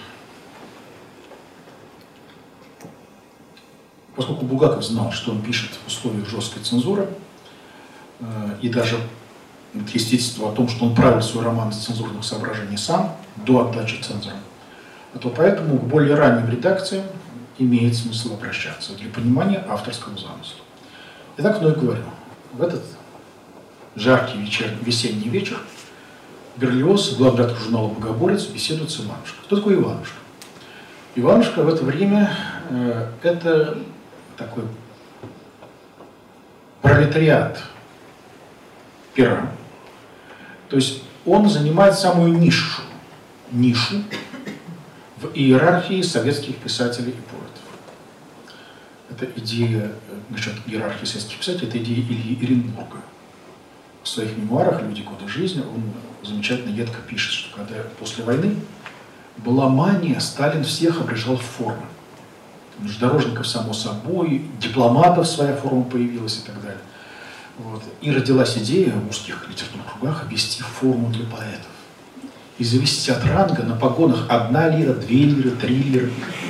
поскольку Булгаков знал, что он пишет в условиях жесткой цензуры, э и даже есть свидетельство о том, что он правил свой роман из цензурных соображений сам, до отдачи цензорам, то поэтому к более ранним редакциям имеет смысл обращаться для понимания авторского замысла. Итак, ну и говорю, в этот жаркий вечер, весенний вечер Берлиоз, главный редактор журнала «Богоборец», беседует с Иванушкой. Кто такой Иванушка? Иванушка в это время э, это такой пролетариат пера. То есть он занимает самую нишу, нишу в иерархии советских писателей и поэтов. Это идея, насчет иерархии советских писателей, это идея Ильи Эренбурга. В своих мемуарах «Люди, годы жизни» он замечательно едко пишет, что когда после войны была мания, Сталин всех обрежал в формы. Железнодорожников, само собой, дипломатов своя форма появилась и так далее. Вот. И родилась идея в узких литературных кругах ввести форму для поэтов. И завести от ранга на погонах одна лира, две лиры, три лиры.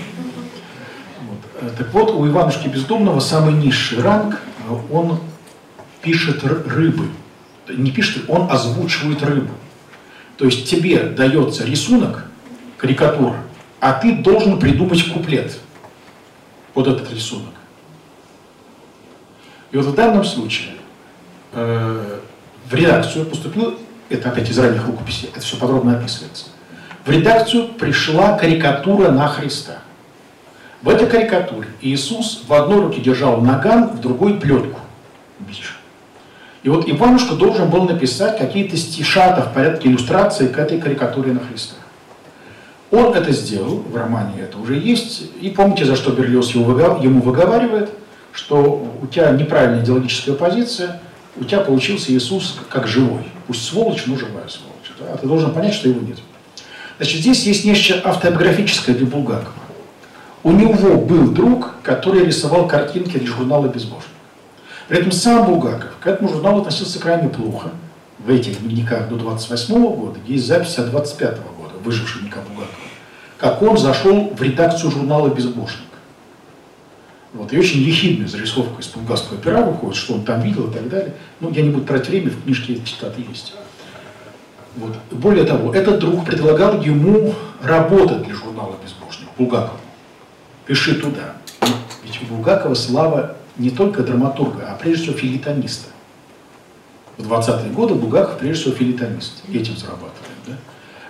Вот. Так вот, у Иванушки Бездомного самый низший ранг, он пишет рыбы. Не пишет, он озвучивает рыбу. То есть тебе дается рисунок, карикатура, а ты должен придумать куплет под этот рисунок. И вот в данном случае э, в редакцию поступил, это опять из ранних рукописей, это все подробно описывается, в редакцию пришла карикатура на Христа. В этой карикатуре Иисус в одной руке держал наган, в другой плетку, бич. И вот Иванушка должен был написать какие-то стишата в порядке иллюстрации к этой карикатуре на Христа. Он это сделал, в романе это уже есть, и помните, за что Берлиоз ему выговаривает, что у тебя неправильная идеологическая позиция, у тебя получился Иисус как живой. Пусть сволочь, но живая сволочь. Да? А ты должен понять, что его нет. Значит, здесь есть нечто автобиографическое для Булгакова. У него был друг, который рисовал картинки для журнала «Безбожник». При этом сам Булгаков к этому журналу относился крайне плохо. В этих дневниках до двадцать восьмого года есть запись от двадцать пятого года, выжившего дневника Булгакова, как он зашел в редакцию журнала «Безбожник». Вот, и очень ехидная зарисовка из булгарского пера выходит, что он там видел и так далее. Ну, я не буду тратить время, в книжке эти цитаты есть. Вот. Более того, этот друг предлагал ему работать для журнала «Безбожник», Булгакову. Пиши туда. Ведь у Булгакова слава не только драматурга, а прежде всего фельетониста. В двадцатые годы Булгаков прежде всего фельетонист. Этим зарабатывает. Да?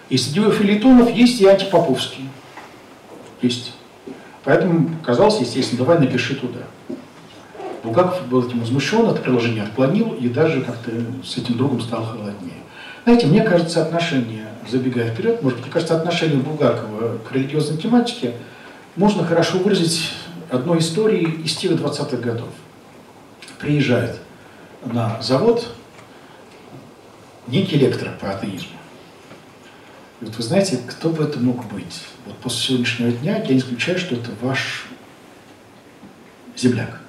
И среди его фельетонов есть и антипоповские. Есть. Поэтому казалось, естественно, давай напиши туда. Булгаков был этим возмущен, это приложение отклонил и даже как-то с этим другом стал холоднее. Знаете, мне кажется, отношение, забегая вперед, может быть, мне кажется, отношение Булгакова к религиозной тематике можно хорошо выразить одной историей из тех двадцатых годов. Приезжает на завод некий лектор по атеизму. И вот вы знаете, кто бы это мог быть? Вот после сегодняшнего дня я не исключаю, что это ваш земляк.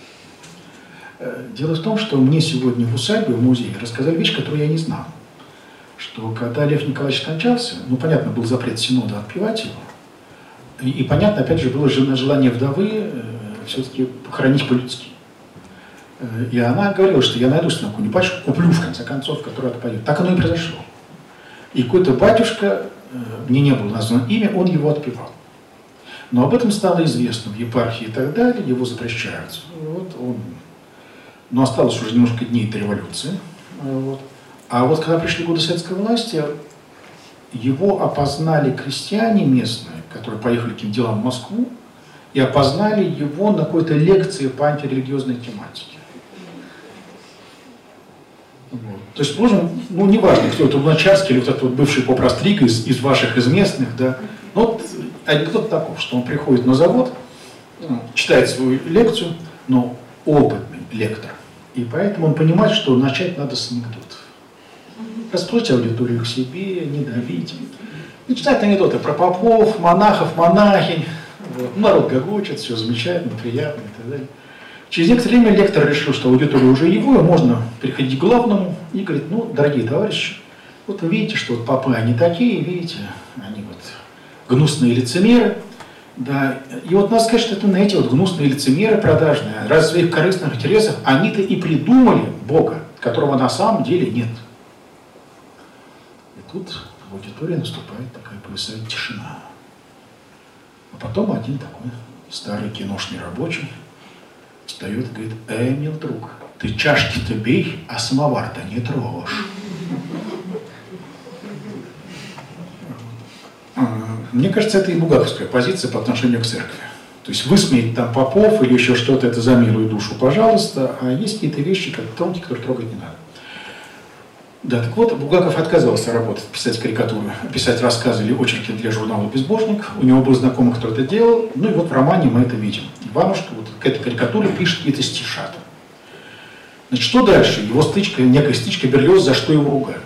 Дело в том, что мне сегодня в усадьбе, в музее, рассказали вещь, которую я не знал. Что когда Лев Николаевич скончался, ну, понятно, был запрет Синода отпевать его, и, и понятно, опять же, было желание вдовы э, все-таки похоронить по-людски. Э, и она говорила, что я найду какую-нибудь пачку, куплю, в конце концов, которая отпоет. Так оно и произошло. И какой-то батюшка, э, мне не было названо имя, он его отпевал. Но об этом стало известно в епархии и так далее, его запрещают. Вот он... Но осталось уже немножко дней до революции. Вот. А вот когда пришли годы советской власти, его опознали крестьяне местные, которые поехали к каким-то делам в Москву, и опознали его на какой-то лекции по антирелигиозной тематике. Вот. То есть, можно, ну, неважно, кто это, Луначарский или вот этот вот бывший поп-растрик из, из ваших, из местных, да, но вот анекдот таков, что он приходит на завод, ну, читает свою лекцию, но опытный лектор, и поэтому он понимает, что начать надо с анекдотов. Расстроить аудиторию к себе, не давить. И читать анекдоты про попов, монахов, монахинь. Вот. Народ гогочет, все замечательно, приятно и так далее. Через некоторое время лектор решил, что аудитория уже его, и можно переходить к главному. И говорит, ну, дорогие товарищи, вот вы видите, что вот попы, они такие, видите, они вот гнусные лицемеры. Да. И вот надо сказать, что это на эти вот гнусные лицемеры продажные, ради своих корыстных интересов, они-то и придумали Бога, которого на самом деле нет. Тут в аудитории наступает такая повисает тишина. А потом один такой старый киношный рабочий встает и говорит, «Эй, мил друг, ты чашки-то бей, а самовар-то не трожь». Мне кажется, это и булгаковская позиция по отношению к церкви. То есть высмеять там попов или еще что-то, это за милую душу, пожалуйста, а есть какие-то вещи, как тонкие, которые трогать не надо. Да, так вот, Булгаков отказывался работать, писать карикатуры, писать рассказы или очерки для журнала «Безбожник». У него был знакомый, кто это делал. Ну и вот в романе мы это видим. Иванушка вот к этой карикатуре пишет какие-то стишата. Значит, что дальше? Его стычка, некая стычка Берлиоз, за что его ругают.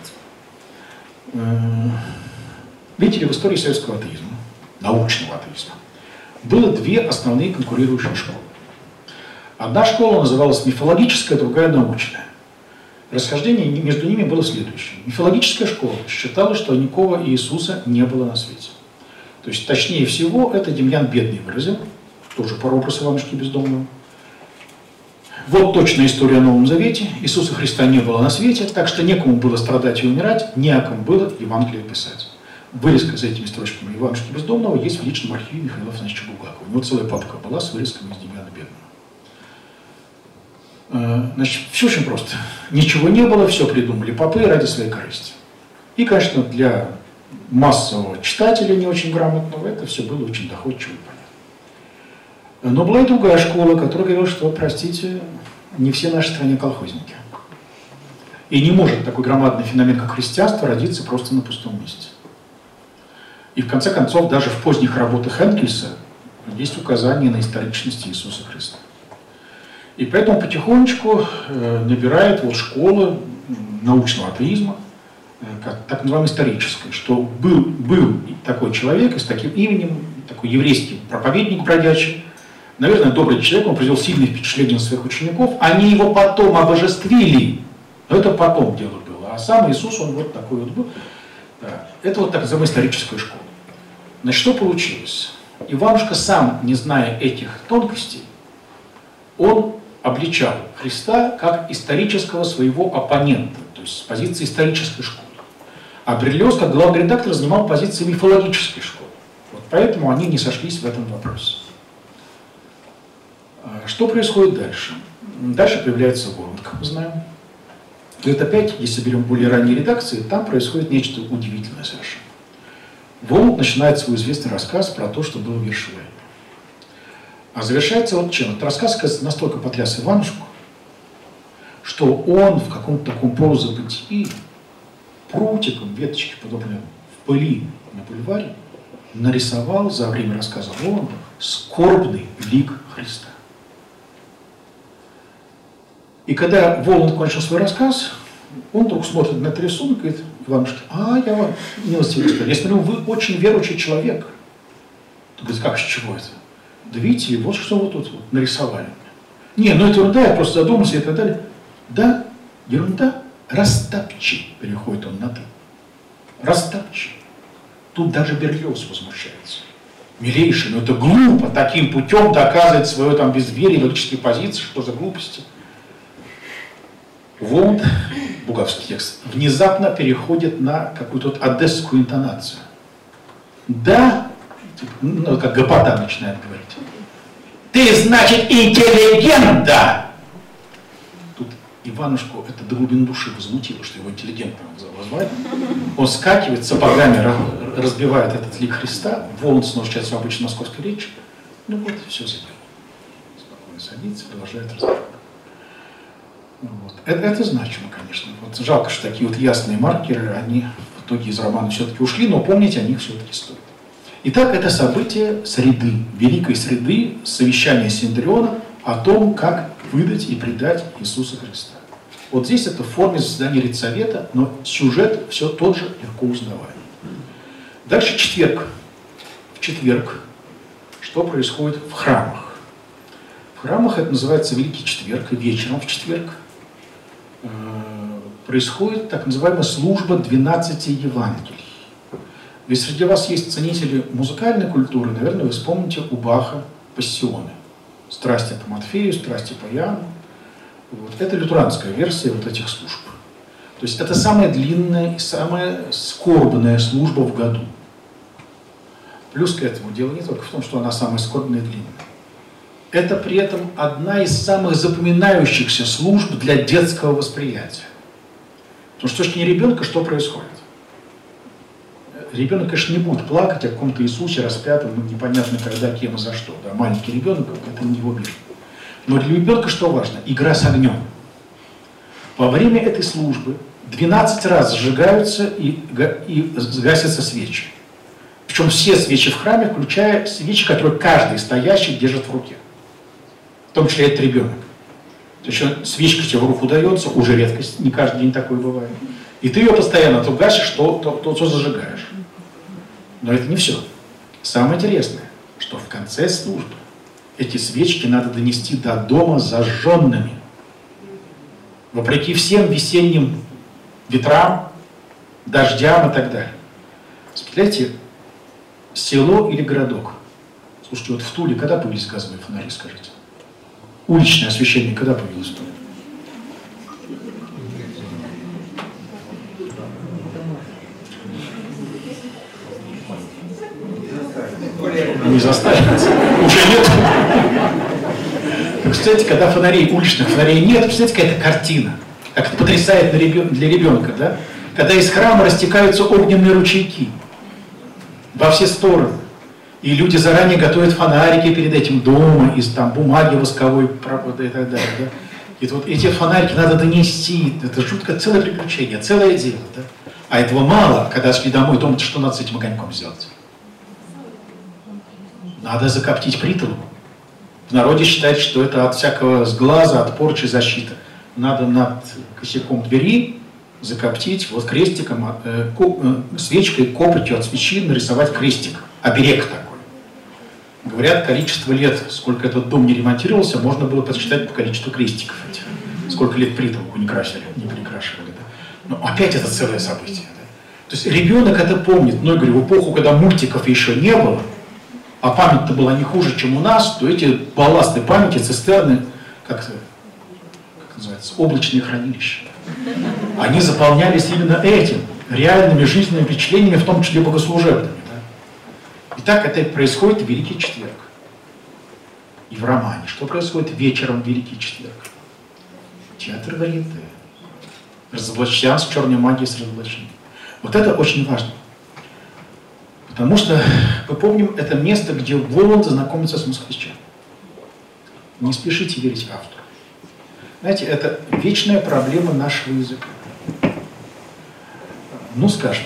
Видите ли, в истории советского атеизма, научного атеизма, было две основные конкурирующие школы. Одна школа называлась мифологическая, другая научная. Расхождение между ними было следующее. Мифологическая школа считала, что никакого Иисуса не было на свете. То есть, точнее всего, это Демьян Бедный выразил, тоже по образу Иванушки Бездомного. Вот точная история о Новом Завете. Иисуса Христа не было на свете, так что некому было страдать и умирать, не о ком было Евангелие писать. Вырезка с этими строчками Иванушки Бездомного есть в личном архиве Михаила Афанасьевича Булгакова. У него целая папка была с вырезками из Демьяна Бедного. Значит, все очень просто. Ничего не было, все придумали попы ради своей корысти. И, конечно, для массового читателя, не очень грамотного, это все было очень доходчиво и понятно. Но была и другая школа, которая говорила, что, простите, не все в нашей стране колхозники. И не может такой громадный феномен, как христианство, родиться просто на пустом месте. И, в конце концов, даже в поздних работах Энгельса есть указание на историчность Иисуса Христа. И поэтому потихонечку э, набирает вот школа научного атеизма, э, как, так называемая историческая, что был, был такой человек и с таким именем, такой еврейский проповедник бродячий, наверное, добрый человек, он произвел сильное впечатление на своих учеников, они его потом обожествили, но это потом дело было, а сам Иисус, он вот такой вот был. Да. Это вот так называемая историческая школа. Значит, что получилось? Иванушка, сам не зная этих тонкостей, он обличал Христа как исторического своего оппонента, то есть с позиции исторической школы. А Берлиоз, как главный редактор, занимал позиции мифологической школы. Вот поэтому они не сошлись в этом вопросе. Что происходит дальше? Дальше появляется Воланд, как мы знаем. И вот опять, если берем более ранние редакции, там происходит нечто удивительное совершенно. Воланд начинает свой известный рассказ про то, что было в Вершиле. А завершается вот чем? Этот рассказ, кажется, настолько потряс Иванушку, что он в каком-то таком полузабытии прутиком, веточки, подобные в пыли на бульваре, нарисовал за время рассказа Воланда скорбный лик Христа. И когда Воланд кончил свой рассказ, он вдруг смотрит на этот рисунок и говорит: Иванушке, а, я вам милостивый господин, я смотрю, вы очень верующий человек. Он говорит: как, с чего это? Да видите, вот что вы тут вот нарисовали. Не, ну это ерунда, я просто задумался и так далее. Да, ерунда, растопчи, переходит он на ты. Растопчи. Тут даже Берлиоз возмущается. Милейший, но это глупо таким путем доказывать свое там безверие, логические позиции, что за глупости. Воланд, буговский текст, внезапно переходит на какую-то одесскую интонацию. Да, ну, как Гопота начинает говорить. Ты, значит, интеллигент, да? Тут Иванушку это до глубины души возмутило, что его интеллигентом назвали. Он скакивает, сапогами разбивает этот лик Христа, Воланд снова возвращается в обычной московской речи. Ну вот, все сделано. Спокойно садится, продолжает разговор. Вот. Это, это значимо, конечно. Вот жалко, что такие вот ясные маркеры, они в итоге из романа все-таки ушли, но помнить о них все-таки стоит. Итак, это событие среды, великой среды, совещания Синедриона о том, как выдать и предать Иисуса Христа. Вот здесь это в форме заседания Редсовета, но сюжет все тот же, легко узнаваемый. Дальше четверг. В четверг что происходит в храмах? В храмах это называется Великий Четверг, и вечером в четверг э, происходит так называемая служба двенадцати Евангелий. Если среди вас есть ценители музыкальной культуры, наверное, вы вспомните у Баха пассионы. Страсти по Матфею, страсти по Иоанну. Вот. Это лютеранская версия вот этих служб. То есть это самая длинная и самая скорбная служба в году. Плюс к этому дело не только в том, что она самая скорбная и длинная. Это при этом одна из самых запоминающихся служб для детского восприятия. Потому что с точки зрения ребенка что происходит? Ребенок, конечно, не будет плакать о каком-то Иисусе распятом, ну, непонятно когда, кем и за что. Да? Маленький ребенок, это не его мир. Но для ребенка что важно? Игра с огнем. Во время этой службы двенадцать раз сжигаются и, и гасятся свечи. Причем все свечи в храме, включая свечи, которые каждый стоящий держит в руке. В том числе этот ребенок. То есть свечка тебе в руку дается, уже редкость, не каждый день такое бывает. И ты ее постоянно то гасишь, то, то, то, то зажигаешь. Но это не все. Самое интересное, что в конце службы эти свечки надо донести до дома зажженными. Вопреки всем весенним ветрам, дождям и так далее. Представляете, село или городок? Слушайте, вот в Туле когда появились газовые фонари, скажите? Уличное освещение когда появилось в Туле? Не заставить. Уже нет. Представляете, когда фонарей, уличных фонарей нет, представляете, какая-то картина. Как это потрясает для ребенка, да? Когда из храма растекаются огненные ручейки во все стороны. И люди заранее готовят фонарики перед этим домом, из там бумаги восковой и так далее. Да? И вот эти фонарики надо донести. Это жуткое целое приключение, целое дело. Да? А этого мало, когда шли домой, думают, что надо с этим огоньком сделать. Надо закоптить притолоку. В народе считают, что это от всякого сглаза, от порчи защита. Надо над косяком двери закоптить вот крестиком, э, э, свечкой, копотью от свечи нарисовать крестик. Оберег такой. Говорят, количество лет, сколько этот дом не ремонтировался, можно было подсчитать по количеству крестиков этих. Сколько лет притолоку не красили, не перекрашивали. Да? Но опять это целое событие. Да? То есть ребенок это помнит. Но я говорю, в эпоху, когда мультиков еще не было, а память-то была не хуже, чем у нас, то эти балласты памяти, цистерны, как, как называется, облачные хранилища, они заполнялись именно этим, реальными жизненными впечатлениями, в том числе богослужебными. Да? Итак, это происходит в Великий Четверг. И в романе. Что происходит вечером в Великий Четверг? Театр варьете. Разоблаченец черной магии с разоблачением. Вот это очень важно. Потому что, мы помним, это место, где Воланд знакомится с москвичами. Не спешите верить автору. Знаете, это вечная проблема нашего языка. Ну, скажем,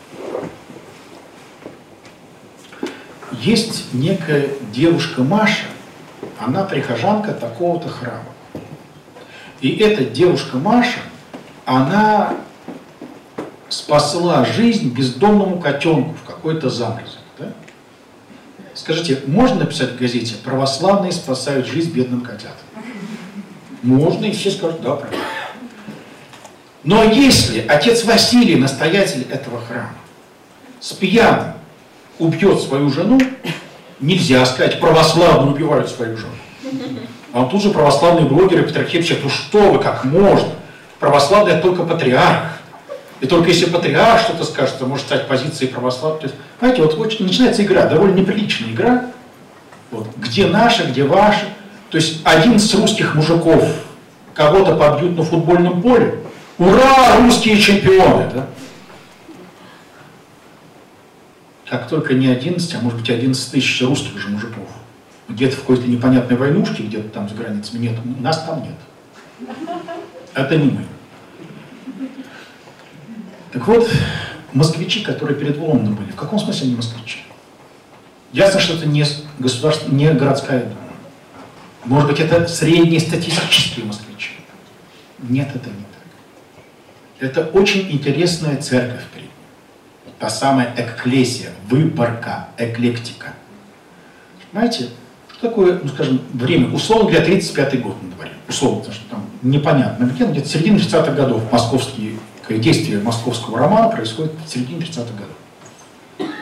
есть некая девушка Маша, она прихожанка такого-то храма. И эта девушка Маша, она спасла жизнь бездомному котенку в какой-то заморозок. Да? Скажите, можно написать в газете «Православные спасают жизнь бедным котятам»? Можно, и все скажут, да, правильно. Но если отец Василий, настоятель этого храма, с пьяным убьет свою жену, нельзя сказать, православные убивают свою жену. А он тут же православные блогеры Петрохепчик, ну что вы, как можно? Православный это только патриарх. И только если патриарх что-то скажет, то может стать позицией православия. То есть, знаете, вот, вот начинается игра, довольно неприличная игра. Вот, где наша, где ваша. То есть одиннадцать русских мужиков кого-то побьют на футбольном поле. Ура, русские чемпионы! Да? Как только не одиннадцать, а может быть одиннадцать тысяч русских же мужиков. Где-то в какой-то непонятной войнушке, где-то там за границами нет, нас там нет. Это не мы. Так вот, москвичи, которые перед Воландом были, в каком смысле они москвичи? Ясно, что это не государство, не городская дума. Может быть, это среднестатистические москвичи. Нет, это не так. Это очень интересная церковь перед ним. Та самая экклесия, выборка, эклектика. Понимаете, что такое, ну скажем, время? Условно говоря, тридцать пятый год на дворе. Условно, потому что там непонятно. Где-то середина тридцатых годов московские действие московского романа происходит в середине тридцатых годов.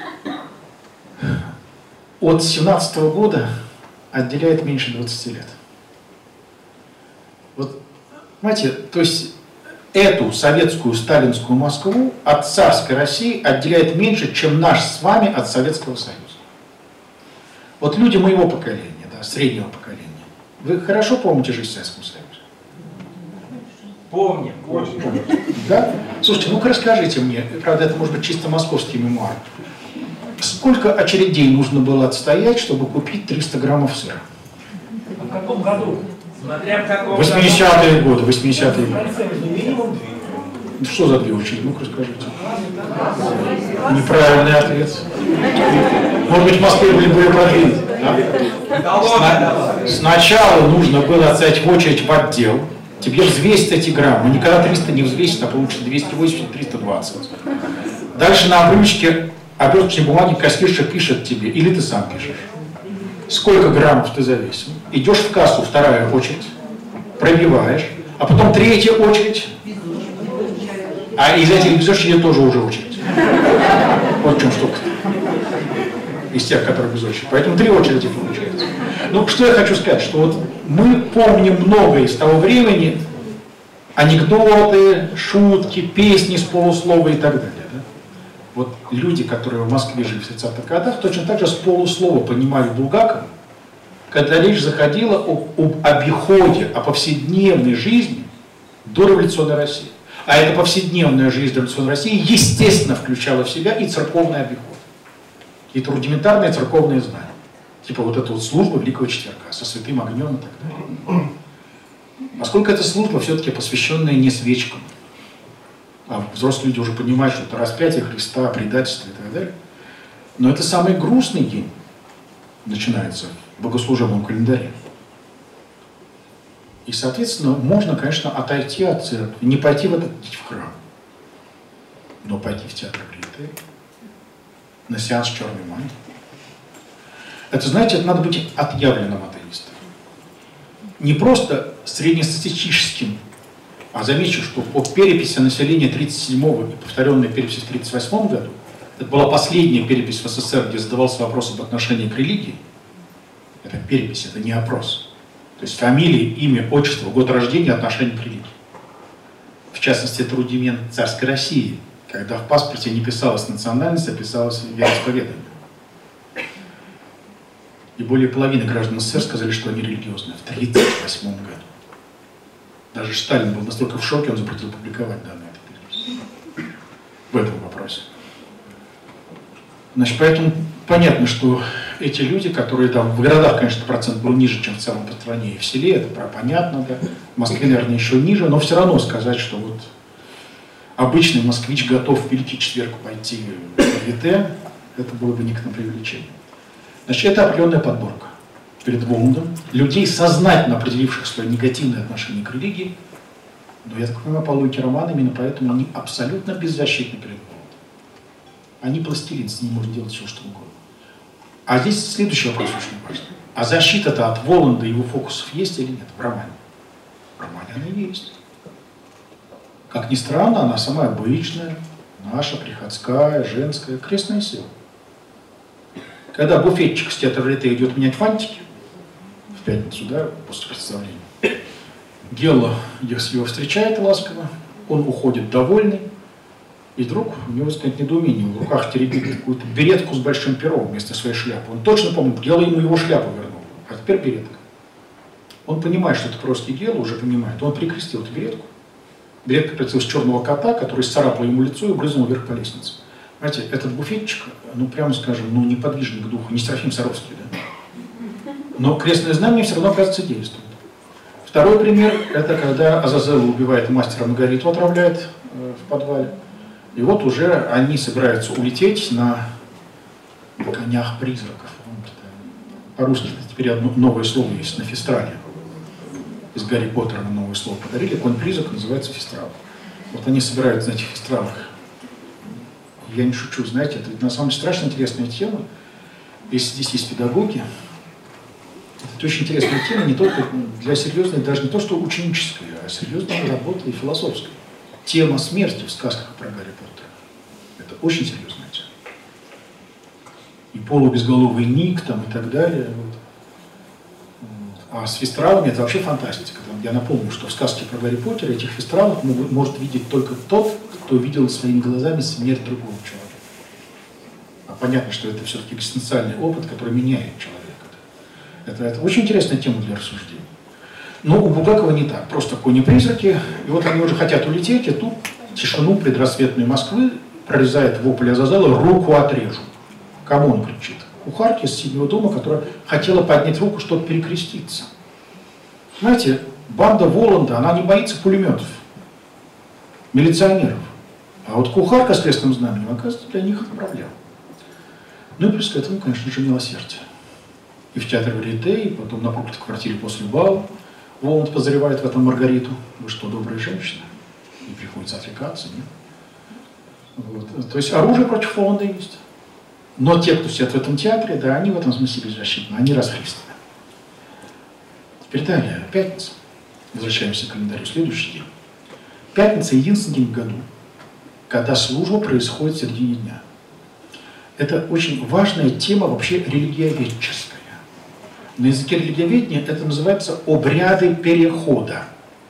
От семнадцатого года отделяет меньше двадцати лет. Вот, понимаете, то есть эту советскую сталинскую Москву от царской России отделяет меньше, чем наш с вами от Советского Союза. Вот люди моего поколения, да, среднего поколения, вы хорошо помните жизнь в Советском Союзе? Помним. Да? Слушайте, ну-ка расскажите мне, правда, это может быть чисто московский мемуар. Сколько очередей нужно было отстоять, чтобы купить триста граммов сыра? А в каком году? Смотря в каком восьмидесятые годы, восьмидесятые годы. Минимум две. Что за две очереди? Ну-ка расскажите. Неправильный ответ. Может быть, в Москве были более продвинуты. Да? Сначала нужно было отстоять в очередь в отдел. Тебе взвесить эти граммы. Никогда триста не взвесит, а получится двести восемьдесят — триста двадцать. Дальше на обрывочке оберточной бумаги кассирша пишет тебе, или ты сам пишешь. Сколько граммов ты завесил. Идешь в кассу, вторая очередь, пробиваешь, а потом третья очередь. А из этих без очереди тоже уже очередь. Вот в чем штука. Из тех, которые без очереди. Поэтому три очереди получается. Ну, что я хочу сказать, что вот мы помним многое из того времени, анекдоты, шутки, песни с полуслова и так далее. Да? Вот люди, которые в Москве жили в тридцатых годах, точно так же с полуслова понимали Булгакова, когда речь заходила об, об обиходе, о повседневной жизни до революционной России. А эта повседневная жизнь революционной России, естественно, включала в себя и церковный обиход. Какие-то рудиментарные церковные знания. Типа вот эта вот служба Великого Четверга со святым огнем и так далее. Поскольку эта служба все-таки посвященная не свечкам, а взрослые люди уже понимают, что это распятие Христа, предательство и так далее. Но это самый грустный день начинается в богослужебном календаре. И, соответственно, можно, конечно, отойти от церкви, не пойти в этот в храм, но пойти в театр Глиты, на сеанс черной магии. Это, знаете, это надо быть отъявленным атеистом. Не просто среднестатистическим, а замечу, что по переписи населения тридцать седьмого и повторенной переписи в тридцать восьмом году, это была последняя перепись в СССР, где задавался вопрос об отношении к религии. Это перепись, это не опрос. То есть фамилия, имя, отчество, год рождения, отношение к религии. В частности, это рудимент царской России, когда в паспорте не писалась национальность, а писалось вероисповедание. И более половины граждан СССР сказали, что они религиозные в тридцать восьмом году. Даже Сталин был настолько в шоке, он запретил публиковать данные этой переписи в этом вопросе. Значит, поэтому понятно, что эти люди, которые там, в городах, конечно, процент был ниже, чем в целом по стране и в селе, это понятно, да. В Москве, наверное, еще ниже, но все равно сказать, что вот обычный москвич готов в Великий Четверг пойти в ВТ, это было бы некоторым преувеличением. Значит, это определенная подборка перед Воландом людей, сознательно определивших свое негативное отношение к религии. Но я так понимаю, по логике романа, именно поэтому они абсолютно беззащитны перед Воландом. Они пластилин, с ним можно делать все, что угодно. А здесь следующий вопрос очень важный. А защита-то от Воланда и его фокусов есть или нет в романе? В романе она есть. Как ни странно, она самая обычная, наша, приходская, женская, крестная сила. Когда буфетчик с театра Рите идет менять фантики, в пятницу, да, после представления, Гелла его встречает ласково, он уходит довольный, и вдруг у него возникает недоумение, в руках теребит какую-то беретку с большим пером вместо своей шляпы. Он точно помнит, Гелла ему его шляпу вернул, а теперь беретка. Он понимает, что это просто Гелла, уже понимает, он прикрестил эту беретку. Беретка превратилась в черного кота, который сцарапал ему лицо и брызнул вверх по лестнице. Знаете, этот буфетчик, ну прямо скажем, ну не подвижник духа, не Серафим Саровский, да? Но крестное знамение все равно, оказывается, действует. Второй пример, это когда Азазелла убивает мастера Маргариту, отравляет э, в подвале. И вот уже они собираются улететь на, на конях призраков. По-русски теперь одно новое слово есть, на фестрале. Из Гарри Поттера нам новое слово подарили. Конь-призрак называется фестрал. Вот они собираются на этих фестралах. Я не шучу, знаете, это на самом деле страшно интересная тема. Если здесь есть педагоги, это очень интересная тема, не только для серьезной, даже не то, что ученической, а серьезной работы и философской. Тема смерти в сказках про Гарри Поттера. Это очень серьезная тема. И полубезголовый Ник там и так далее. Вот. А с фестралами это вообще фантастика. Я напомню, что в сказке про Гарри Поттера этих фестралов может видеть только тот, кто видел своими глазами смерть другого человека. А понятно, что это все-таки экзистенциальный опыт, который меняет человека. Это, это очень интересная тема для рассуждений. Но у Булгакова не так. Просто кони-призраки, и вот они уже хотят улететь, и тут тишину предрассветной Москвы прорезает вопль Азазелла: «Руку отрежу». Кому он кричит? Кухарке с синего дома, которая хотела поднять руку, чтобы перекреститься. Знаете, банда Воланда, она не боится пулеметов, милиционеров. А вот кухарка с крестным знаменем, оказывается, для них это проблема. Ну и плюс к этому, конечно же, милосердие. И в театре Варьете, и потом на публике в квартире после бала Воланд подозревает в этом Маргариту. Вы что, добрая женщина? И приходится отрекаться, нет? Вот. То есть оружие против Воланда есть. Но те, кто сидят в этом театре, да, они в этом смысле беззащитны, они расхристаны. Теперь далее, пятница. Возвращаемся к календарю, следующий день. Пятница — единственный день в году, когда служба происходит в середине дня. Это очень важная тема вообще религиоведческая. На языке религиоведения это называется обряды перехода.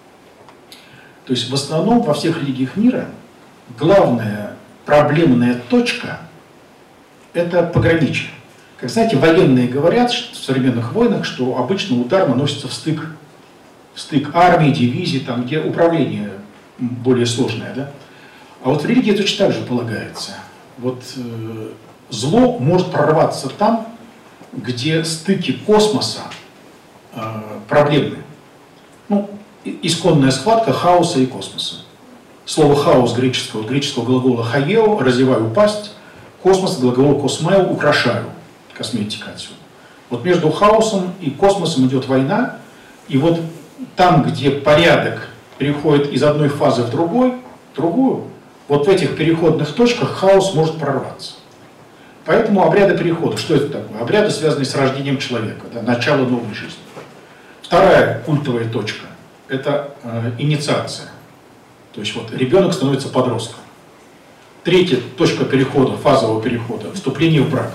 То есть в основном во всех религиях мира главная проблемная точка — это пограничье. Как знаете, военные говорят в современных войнах, что обычно удар наносится в стык, в стык армии, дивизии, там, где управление более сложное. Да? А вот в религии точно так же полагается. Вот э, зло может прорваться там, где стыки космоса э, проблемны. Ну, исконная схватка хаоса и космоса. Слово хаос греческого, греческого глагола хаео, разеваю пасть, космос, глагол космео, украшаю, косметика отсюда. Вот между хаосом и космосом идет война, и вот там, где порядок переходит из одной фазы в другой, другую, вот в этих переходных точках хаос может прорваться. Поэтому обряды перехода, что это такое? Обряды, связанные с рождением человека, да, начало новой жизни. Вторая культовая точка – это э, инициация. То есть вот ребенок становится подростком. Третья точка перехода, фазового перехода – вступление в брак.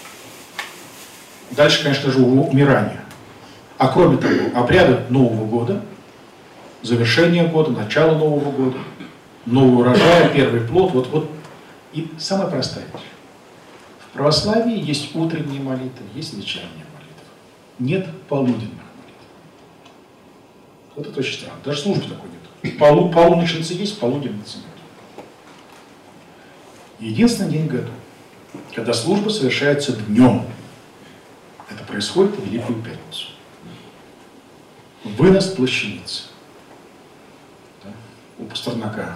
Дальше, конечно же, умирание. А кроме того, обряды Нового года, завершение года, начало Нового года, новый урожай, первый плод. Вот, вот. И самая простая вещь. В православии есть утренние молитвы, есть вечерние молитвы. Нет полуденных молитв. Вот это очень странно. Даже службы такой нет. Полу, полуночницы есть, полуденницы нет. Единственный день в году, когда служба совершается днем. Это происходит в Великую Пятницу. Вынос плащаницы. Да? У Пастернака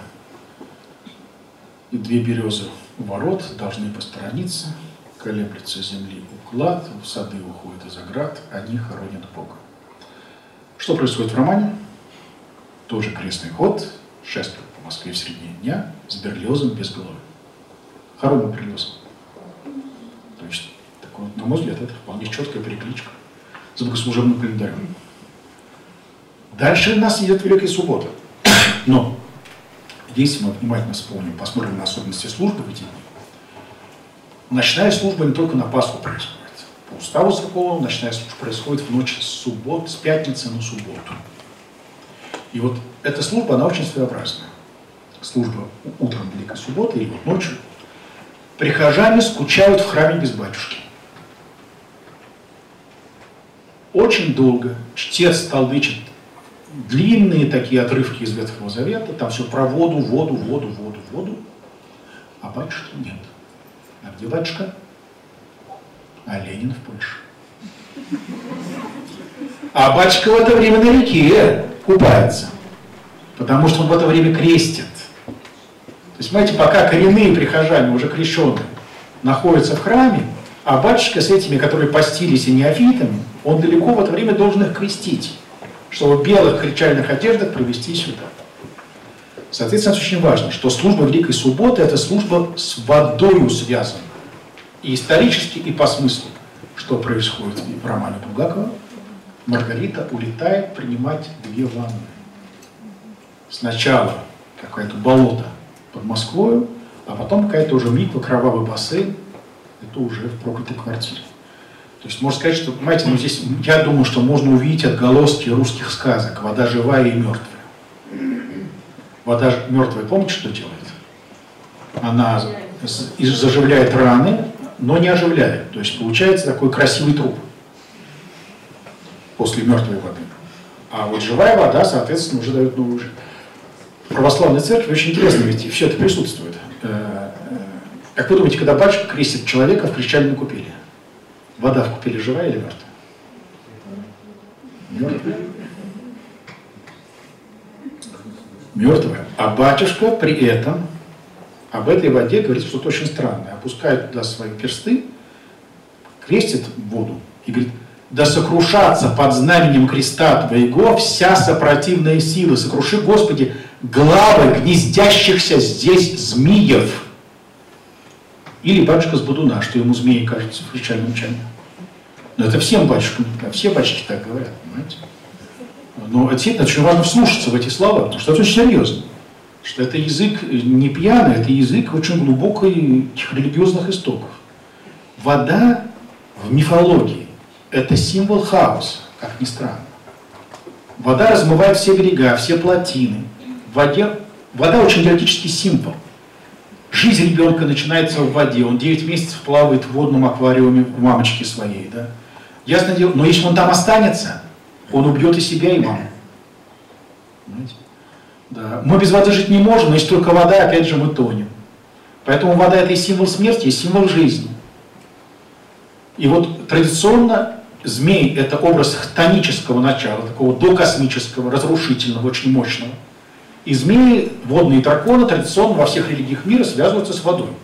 и две березы у ворот должны посторониться, колеблется земли уклад, в сады уходят из оград, они хоронят Бога. Что происходит в романе? Тоже крестный ход, шествует по Москве в середине дня с Берлиозом без головы. Хоронят Берлиозом. То есть, такой, на мой взгляд, это вполне четкая перекличка с богослужебным календарем. Дальше у нас идет Великая Суббота. Но, если мы внимательно вспомним, посмотрим на особенности службы в эти дни, ночная служба не только на Пасху происходит. По уставу церковному ночная служба происходит в ночь с суббот, с пятницы на субботу. И вот эта служба, она очень своеобразная. Служба утром Великой Субботы или вот ночью. Прихожане скучают в храме без батюшки. Очень долго чтец толдычит длинные такие отрывки из Ветхого Завета, там все про воду, воду, воду, воду, воду, а батюшки нет. А где батюшка? А Ленин в Польше. А батюшка в это время на реке купается, потому что он в это время крестит. То есть, понимаете, пока коренные прихожане, уже крещенные, находятся в храме, а батюшка с этими, которые постились и неофитами, он далеко в это время должен их крестить, чтобы в белых кричальных одеждах провести сюда. Соответственно, это очень важно, что служба Великой Субботы – это служба с водою связана. И исторически, и по смыслу. Что происходит в романе Булгакова? Маргарита улетает принимать две ванны. Сначала какое-то болото под Москвою, а потом какая-то уже миква, кровавый бассейн. Это уже в проклятой квартире. То есть можно сказать, что, понимаете, ну здесь, я думаю, что можно увидеть отголоски русских сказок. Вода живая и мертвая. Вода мертвая, помните, что делает? Она заживляет раны, но не оживляет. То есть получается такой красивый труп после мертвой воды. А вот живая вода, соответственно, уже дает новую жизнь. В православной церкви очень интересно, ведь все это присутствует. Как вы думаете, когда батюшка крестит человека в крещальной купели, вода в купели живая или мертвая? Мертвая. Мертвая. А батюшка при этом об этой воде говорит что-то очень странное. Опускает туда свои персты, крестит воду и говорит: да сокрушаться под знаменем креста Твоего вся сопротивная сила. Сокруши, Господи, главы гнездящихся здесь змеев. Или батюшка с Бодуна, что ему змеи кажется в кричальном чане. Но это всем батюшкам, все батюшки так говорят, понимаете? Но действительно очень важно вслушаться в эти слова, потому что это очень серьезно. Что это язык не пьяный, это язык очень глубоких религиозных истоков. Вода в мифологии – это символ хаоса, как ни странно. Вода размывает все берега, все плотины. В воде, вода очень героический символ. Жизнь ребенка начинается в воде, он девять месяцев плавает в водном аквариуме у мамочки своей. Да? Ясно дело, но если он там останется, он убьет и себя, и маму. Понимаете? Да. Мы без воды жить не можем, но если только вода, опять же, мы тонем. Поэтому вода – это и символ смерти, и символ жизни. И вот традиционно змей – это образ хтонического начала, такого докосмического, разрушительного, очень мощного. И змеи, водные драконы, традиционно во всех религиях мира связываются с водой.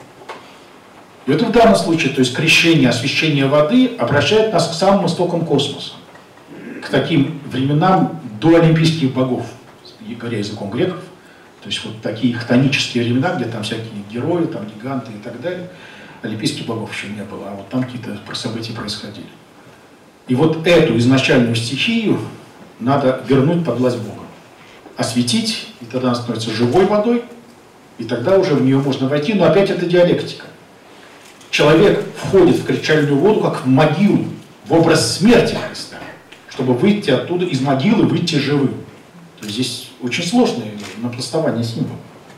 И это в данном случае, то есть крещение, освящение воды обращает нас к самым истокам космоса, к таким временам до олимпийских богов, говоря языком греков, то есть вот такие хтонические времена, где там всякие герои, там гиганты и так далее. Олимпийских богов еще не было, а вот там какие-то события происходили. И вот эту изначальную стихию надо вернуть под власть Бога. Осветить, и тогда она становится живой водой, и тогда уже в нее можно войти, но опять это диалектика. Человек входит в кричальную воду, как в могилу, в образ смерти Христа, чтобы выйти оттуда, из могилы, выйти живым. То есть здесь очень сложное напластование символов.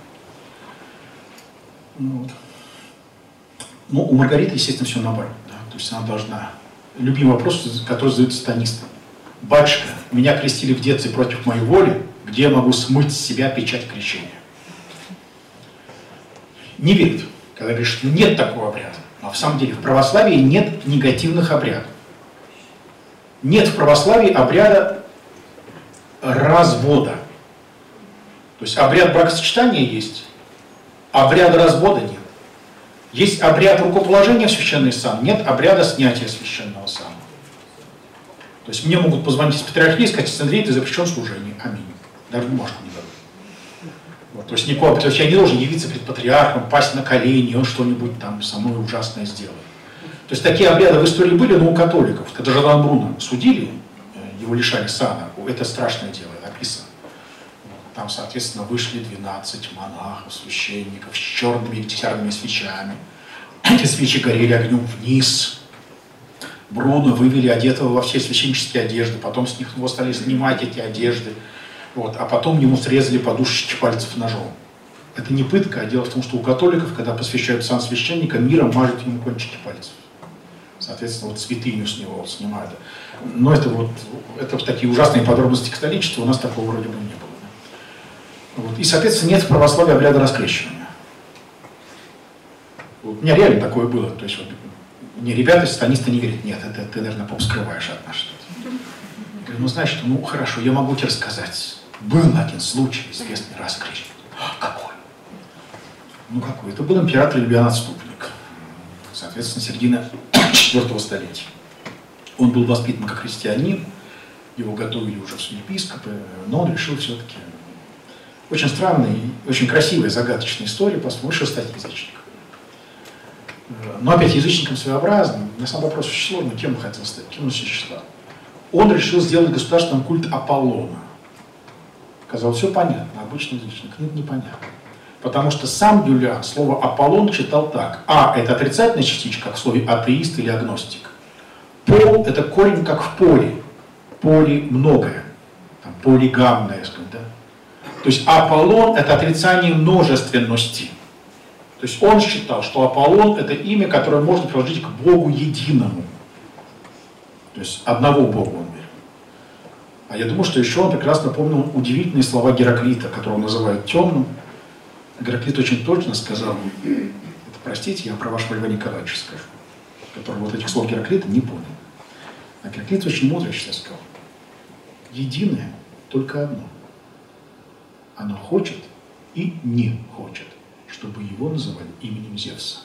Ну, вот. Ну, у Маргариты, естественно, все наоборот. Да? То есть она должна... Любимый вопрос, который задают сатанисты. Батюшка, меня крестили в детстве против моей воли, где я могу смыть с себя печать крещения? Не верит, когда говорит, что нет такого обряда. Но в самом деле в православии нет негативных обрядов. Нет в православии обряда развода. То есть обряд бракосочетания есть, обряда развода нет. Есть обряд рукоположения в священный сан, нет обряда снятия священного сана. То есть мне могут позвонить из патриархии и сказать: отец Андрей, ты запрещен в служении. Аминь. Даже бумажку не дадут. Вот, то есть никакого, то есть я не должен явиться перед патриархом, пасть на колени, и он что-нибудь там со мной ужасное сделает. То есть такие обряды в истории были, но у католиков. Когда Жордан Бруно судили, его лишали сана, это страшное дело, написано. Там, соответственно, вышли двенадцать монахов, священников с черными десятыми свечами. Эти свечи горели огнем вниз. Бруно вывели одетого во все священнические одежды, потом с них его стали снимать эти одежды, вот, а потом ему срезали подушечки пальцев ножом. Это не пытка, а дело в том, что у католиков, когда посвящают сан священника, миром мажут ему кончики пальцев. Соответственно, вот святыню с него вот снимают. Но это вот это такие ужасные подробности католичества, у нас такого вроде бы не было. Вот. И, соответственно, нет в православии обряда раскрещивания. Вот. У меня реально такое было. То есть вот, мне ребята, сатанисты, не говорят: нет, это ты, наверное, поп скрываешь от нас что-то. Я говорю: ну, значит, ну, хорошо, я могу тебе рассказать. Был один случай, известный раскрещивание. Какой? Ну, какой? Это был император Юлиан Отступник. Соответственно, середина четвёртого столетия. Он был воспитан как христианин, его готовили уже в епископы, но он решил все-таки... Очень странная и очень красивая, загадочная история, поскольку решил стать язычником. Но опять язычником своеобразным. На самом вопрос очень сложный, кем он хотел стать, кем он из числа. Он решил сделать государственным культ Аполлона. Казалось, все понятно, обычный язычник. Нет, непонятно. Потому что сам Юлиан слово «Аполлон» читал так. А – это отрицательная частичка, как в слове «атеист» или «агностик». Пол – это корень, как в поле. Поле многое. Там, полигамное, сказать, да? То есть Аполлон – это отрицание множественности. То есть он считал, что Аполлон – это имя, которое можно приложить к Богу единому. То есть одного Бога он верил. А я думаю, что еще он прекрасно помнил удивительные слова Гераклита, которого называют темным. Гераклит очень точно сказал, это, простите, я про вашего Льва Николаевича скажу, который вот этих слов Гераклита не понял. А Гераклит очень мудро сейчас сказал: единое только одно. Оно хочет и не хочет, чтобы его называли именем Зевса.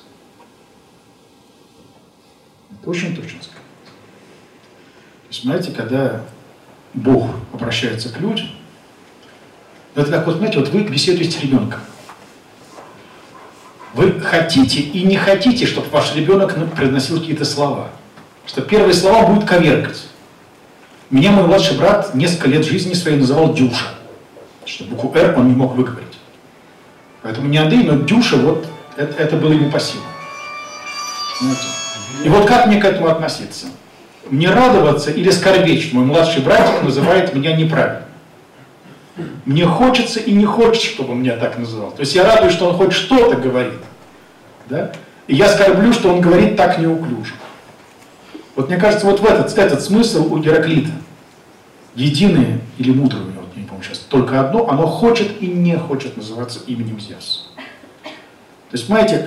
Это очень точно сказано. То есть, знаете, когда Бог обращается к людям, это как, вот, знаете, вот вы беседуете с ребенком. Вы хотите и не хотите, чтобы ваш ребенок произносил какие-то слова. Что первые слова будут коверкать. Меня мой младший брат несколько лет жизни своей называл Дюша. Что букву «Р» он не мог выговорить. Поэтому не Андрей, но Дюша, вот это, это было ему по силам. И вот как мне к этому относиться? Мне радоваться или скорбеть, что мой младший братик называет меня неправильно? Мне хочется и не хочется, чтобы он меня так называл. То есть я радуюсь, что он хоть что-то говорит. Да? И я скорблю, что он говорит так неуклюже. Вот мне кажется, вот в этот, этот смысл у Гераклита. Единое или мудрое у него, не помню сейчас, только одно, оно хочет и не хочет называться именем Зевса. То есть, понимаете,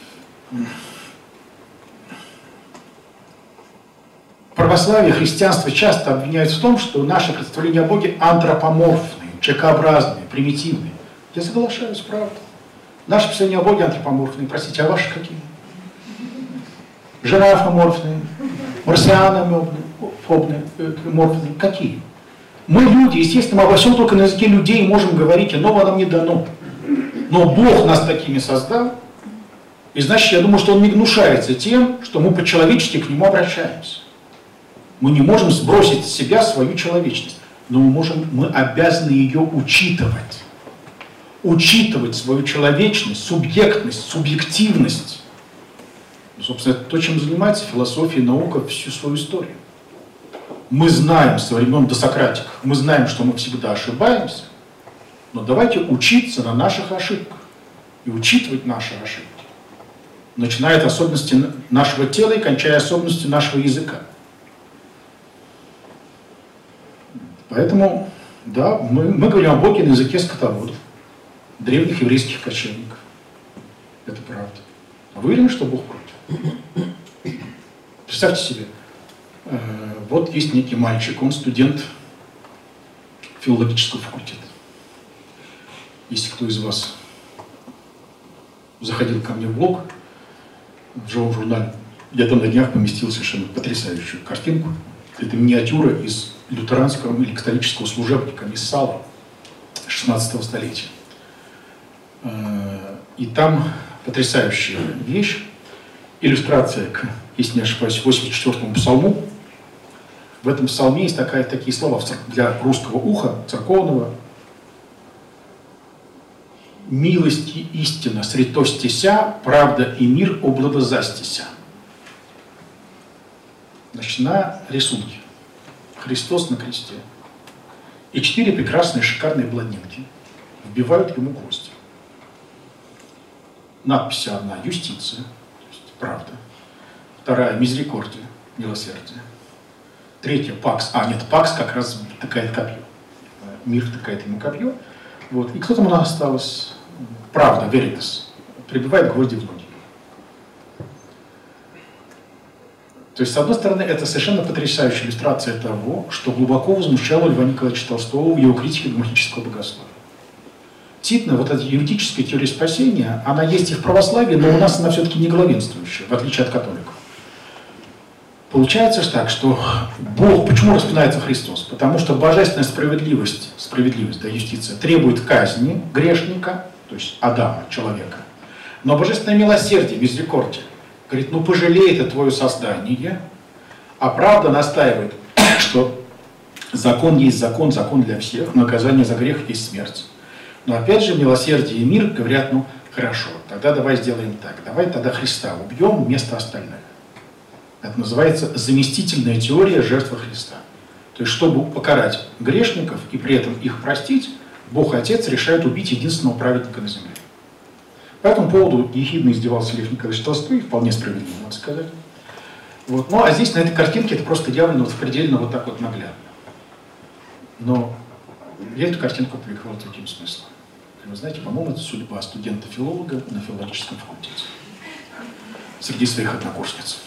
православие, христианство часто обвиняют в том, что наши представления о Боге антропоморфные, человекообразные, примитивные. Я соглашаюсь, правда. Наши представления о Боге антропоморфные. Простите, а ваши какие? Жирафоморфные, марсианоморфные, какие? Мы люди, естественно, мы обо всем только на языке людей можем говорить, иного нам не дано. Но Бог нас такими создал, и значит, я думаю, что Он не гнушается тем, что мы по-человечески к Нему обращаемся. Мы не можем сбросить с себя свою человечность, но мы можем, мы обязаны ее учитывать. Учитывать свою человечность, субъектность, субъективность. Ну, собственно, это то, чем занимается философия и наука всю свою историю. Мы знаем со времен досократиков, мы знаем, что мы всегда ошибаемся, но давайте учиться на наших ошибках и учитывать наши ошибки. Начиная от особенностей нашего тела и кончая особенностями нашего языка. Поэтому, да, мы, мы говорим о Боге на языке скотоводов, древних еврейских кочевников. Это правда. А вы уверены, что Бог против? Представьте себе, э, вот есть некий мальчик, он студент филологического факультета. Если кто из вас заходил ко мне в блог, в живом журнале, я там на днях поместил совершенно потрясающую картинку. Это миниатюра из лютеранского или католического служебника Миссала шестнадцатого столетия. И там потрясающая вещь, иллюстрация к, если не ошибаюсь, восемьдесят четвёртому псалму. В этом псалме есть такая, такие слова для русского уха, церковного. «Милость и истина сретостися, правда и мир обладозастися». Значит, на рисунке Христос на кресте и четыре прекрасные, шикарные блондинки вбивают ему гвозди. Надпись одна — юстиция, то есть правда. Вторая — мизерикордия, милосердие. Третья — пакс. А, нет, пакс как раз втыкает копье. Мир втыкает ему копье. Вот. И кто там у нас осталось? Правда, веритас. Прибивает гвозди в ноги. То есть, с одной стороны, это совершенно потрясающая иллюстрация того, что глубоко возмущало Льва Николаевича Толстого в его критике догматического богословия. Действительно, вот эта юридическая теория спасения, она есть и в православии, но у нас она все-таки не главенствующая, в отличие от католиков. Получается же так, что Бог, почему распинается Христос? Потому что божественная справедливость, справедливость, да, юстиция, требует казни грешника, то есть Адама, человека. Но божественное милосердие, мизерикордия, говорит, ну пожалей это твое создание, а правда настаивает, что закон есть закон, закон для всех, наказание за грех есть смерть. Но опять же милосердие и мир говорят, ну хорошо, тогда давай сделаем так, давай тогда Христа убьем вместо остальных. Это называется заместительная теория жертвы Христа. То есть, чтобы покарать грешников и при этом их простить, Бог Отец решает убить единственного праведника на земле. По этому поводу ехидно издевался Лев Николаевич Толстой, вполне справедливо, надо сказать. Вот. Ну, а здесь, на этой картинке, это просто явно вот предельно вот так вот наглядно. Но я эту картинку опубликовал таким смыслом. Вы знаете, по-моему, это судьба студента-филолога на филологическом факультете. Среди своих однокурсниц.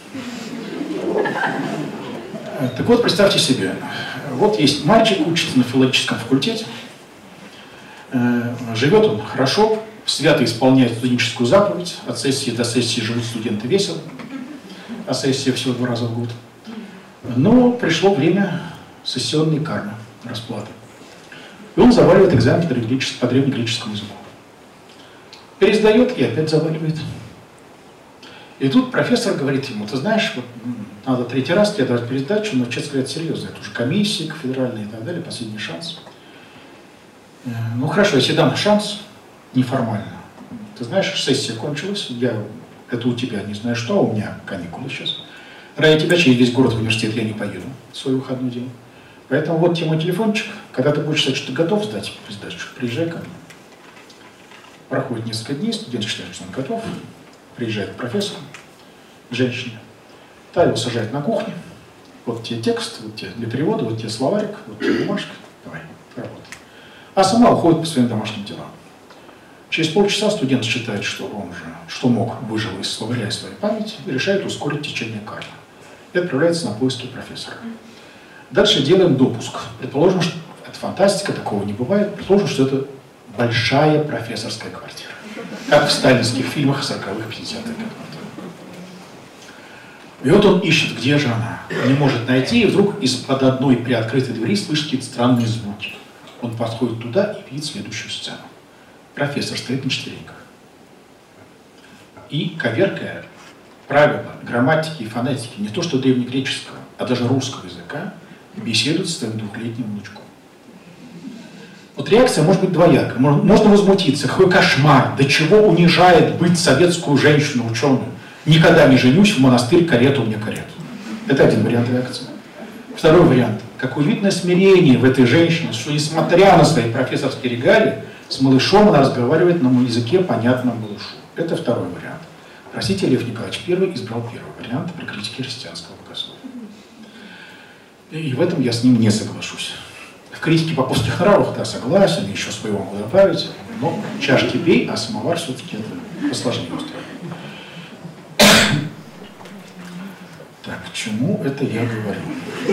Так вот, представьте себе, вот есть мальчик, учится на филологическом факультете, живет он хорошо, свято исполняет студенческую заповедь, от сессии до сессии живут студенты весело, а сессия всего два раза в год. Но пришло время сессионной кармы, расплаты. И он заваливает экзамен по древнегреческому языку. Пересдает и опять заваливает. И тут профессор говорит ему, ты знаешь, вот, надо третий раз тебе давать пересдачу, но, честно говоря, серьезно, это уже комиссия федеральная и так далее, последний шанс. Ну хорошо, если дам шанс, неформально. Ты знаешь, сессия кончилась, я, это у тебя не знаю что, а у меня каникулы сейчас. Ради тебя через весь город в университет я не поеду в свой выходной день. Поэтому вот тебе мой телефончик, когда ты будешь считать, что ты готов сдать пересдачу, приезжай ко мне. Проходит несколько дней, студент считает, что он готов. Приезжает к профессору, к женщине, та его сажает на кухне, вот тебе текст, вот тебе для перевода, вот тебе словарик, вот тебе бумажка, давай, работай. А сама уходит по своим домашним делам. Через полчаса студент считает, что он уже, что мог, выжил из словаря и своей памяти, и решает ускорить течение кармы. И отправляется на поиски профессора. Дальше делаем допуск. Предположим, что это фантастика, такого не бывает, предположим, что это большая профессорская квартира. Как в сталинских фильмах сороковых, пятидесятых годов. И вот он ищет, где же она. Не может найти, и вдруг из-под одной приоткрытой двери слышит какие-то странные звуки. Он подходит туда и видит следующую сцену. Профессор стоит на четвереньках. И, коверкая правила грамматики и фонетики не то что древнегреческого, а даже русского языка, беседует с своим двухлетним внучком. Вот реакция может быть двоякая. Можно возмутиться. Какой кошмар! До чего унижает быть советскую женщину, ученую? Никогда не женюсь, в монастырь, карету мне карету. Это один вариант реакции. Второй вариант. Какое видное смирение в этой женщине, что несмотря на свои профессорские регалии, с малышом она разговаривает на языке, понятном малышу. Это второй вариант. Простите, Лев Николаевич первый избрал первый вариант при критике христианского богословия. И в этом я с ним не соглашусь. В критике попустных нравов, да, согласен, еще своего могу добавить, но чашки бей, а самовар все-таки это посложнее устроить. Так, к чему это я говорю?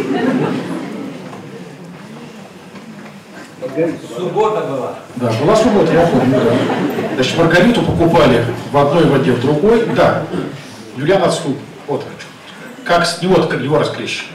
Суббота была. Да, была суббота, я помню, да. Значит, Маргариту покупали в одной воде, в другой. Да, Юлиан отступ. Вот о чем. Как с него, как его расклещили.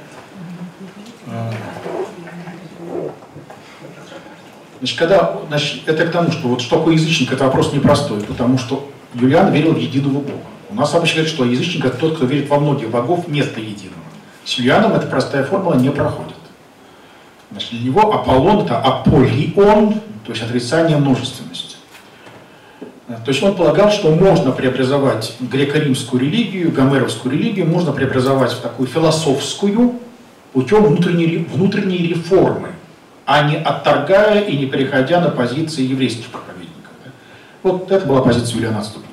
Значит, когда, значит, это к тому, что вот что такое язычник, это вопрос непростой, потому что Юлиан верил в единого Бога. У нас обычно говорят, что язычник это тот, кто верит во многих богов вместо единого. С Юлианом эта простая формула не проходит. Значит, для него Аполлон это аполион, то есть отрицание множественности. То есть он полагал, что можно преобразовать греко-римскую религию, гомеровскую религию, можно преобразовать в такую философскую путем внутренней, внутренней реформы, а не отторгая и не переходя на позиции еврейских проповедников. Вот это была позиция Юлиана Отступника.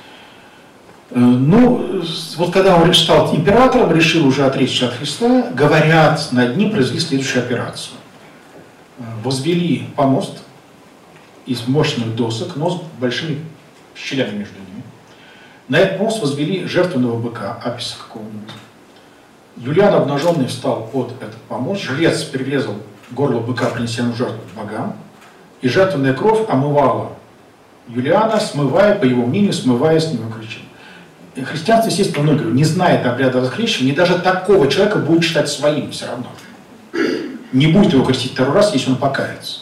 Ну, вот когда он стал императором, решил уже отречься от Христа, говорят, над ним произвели следующую операцию. Возвели помост из мощных досок, но с большими щелями между ними. На этот мост возвели жертвенного быка, аписа какого-нибудь. Юлиан, обнаженный, встал под этот помост, жрец перерезал горло быка, принеся ему жертву богам, и жертвенная кровь омывала Юлиана, смывая, по его мнению, смывая с него кричение. Христианство, естественно, много не знает обряда раскрещивания, и даже такого человека будет считать своим все равно. Не будет его крестить второй раз, если он покается.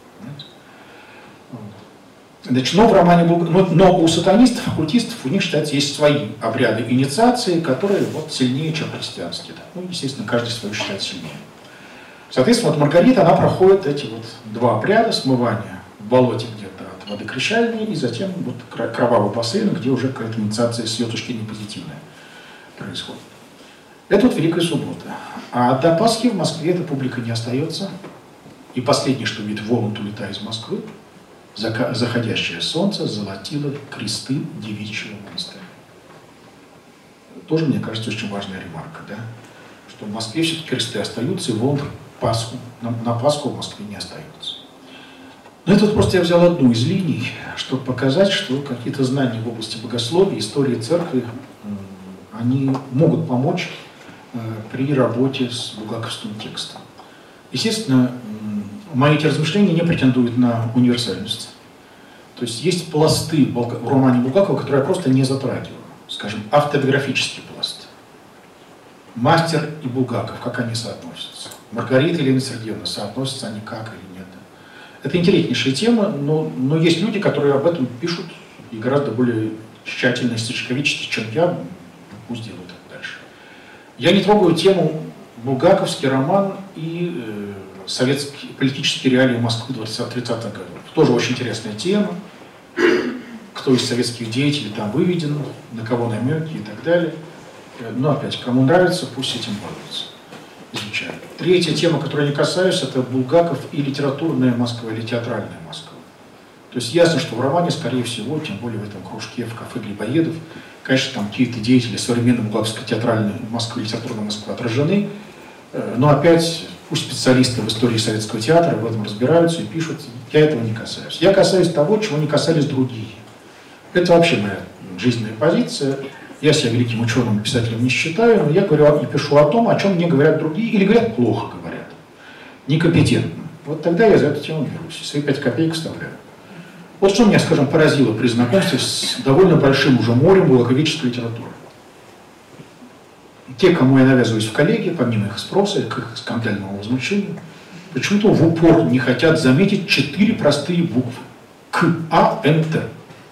Значит, но в романе был, но, но у сатанистов, оккультистов, у них, считается, есть свои обряды инициации, которые вот сильнее, чем христианские. Ну, естественно, каждый свой считает сильнее. Соответственно, вот Маргарита, она проходит эти вот два обряда смывания в болоте где-то от воды крещальной, и затем вот кровавый бассейн, где уже какая-то инициация с ее точки зрения позитивная происходит. Это вот Великая Суббота. А до Пасхи в Москве эта публика не остается. И последнее, что видит Воланд, улетая из Москвы, заходящее солнце золотило кресты девичьего монастыря. Тоже, мне кажется, очень важная ремарка, да? Что в Москве все-таки кресты остаются, и Воланд Пасху, на, на Пасху в Москве не остается. Но это вот просто я взял одну из линий, чтобы показать, что какие-то знания в области богословия, истории церкви, они могут помочь при работе с булгаковским текстом. Естественно, мои эти размышления не претендуют на универсальность. То есть есть пласты в романе Булгакова, которые я просто не затрагиваю. Скажем, автобиографический пласт. Мастер и Булгаков, как они соотносятся. Маргарита и Елена Сергеевна, соотносятся они как или нет. Это интереснейшая тема, но, но есть люди, которые об этом пишут и гораздо более тщательно, стичковически, чем я. Пусть делают это дальше. Я не трогаю тему булгаковский роман и э, советские политические реалии Москвы тридцатых годов. Тоже очень интересная тема. Кто из советских деятелей там выведен, на кого намеки и так далее. Но опять, кому нравится, пусть с этим борются. Изучают. Третья тема, которой я не касаюсь, это Булгаков и литературная Москва, или театральная Москва. То есть ясно, что в романе, скорее всего, тем более в этом кружке, в кафе Грибоедов, конечно, там какие-то деятели современной булгаковской театральной Москвы, литературной Москвы отражены, но опять пусть специалисты в истории советского театра в этом разбираются и пишут, я этого не касаюсь. Я касаюсь того, чего не касались другие. Это вообще моя жизненная позиция. Я себя великим ученым и писателем не считаю, но я говорю и пишу о том, о чем мне говорят другие, или говорят плохо говорят, некомпетентно. Вот тогда я за эту тему берусь, свои пять копеек вставляю. Вот что меня, скажем, поразило при знакомстве с довольно большим уже морем булгаковической литературы. Те, кому я навязываюсь в коллеги, помимо их спроса, к их скандальному возмущению, почему-то в упор не хотят заметить четыре простые буквы. К, А, Н, Т.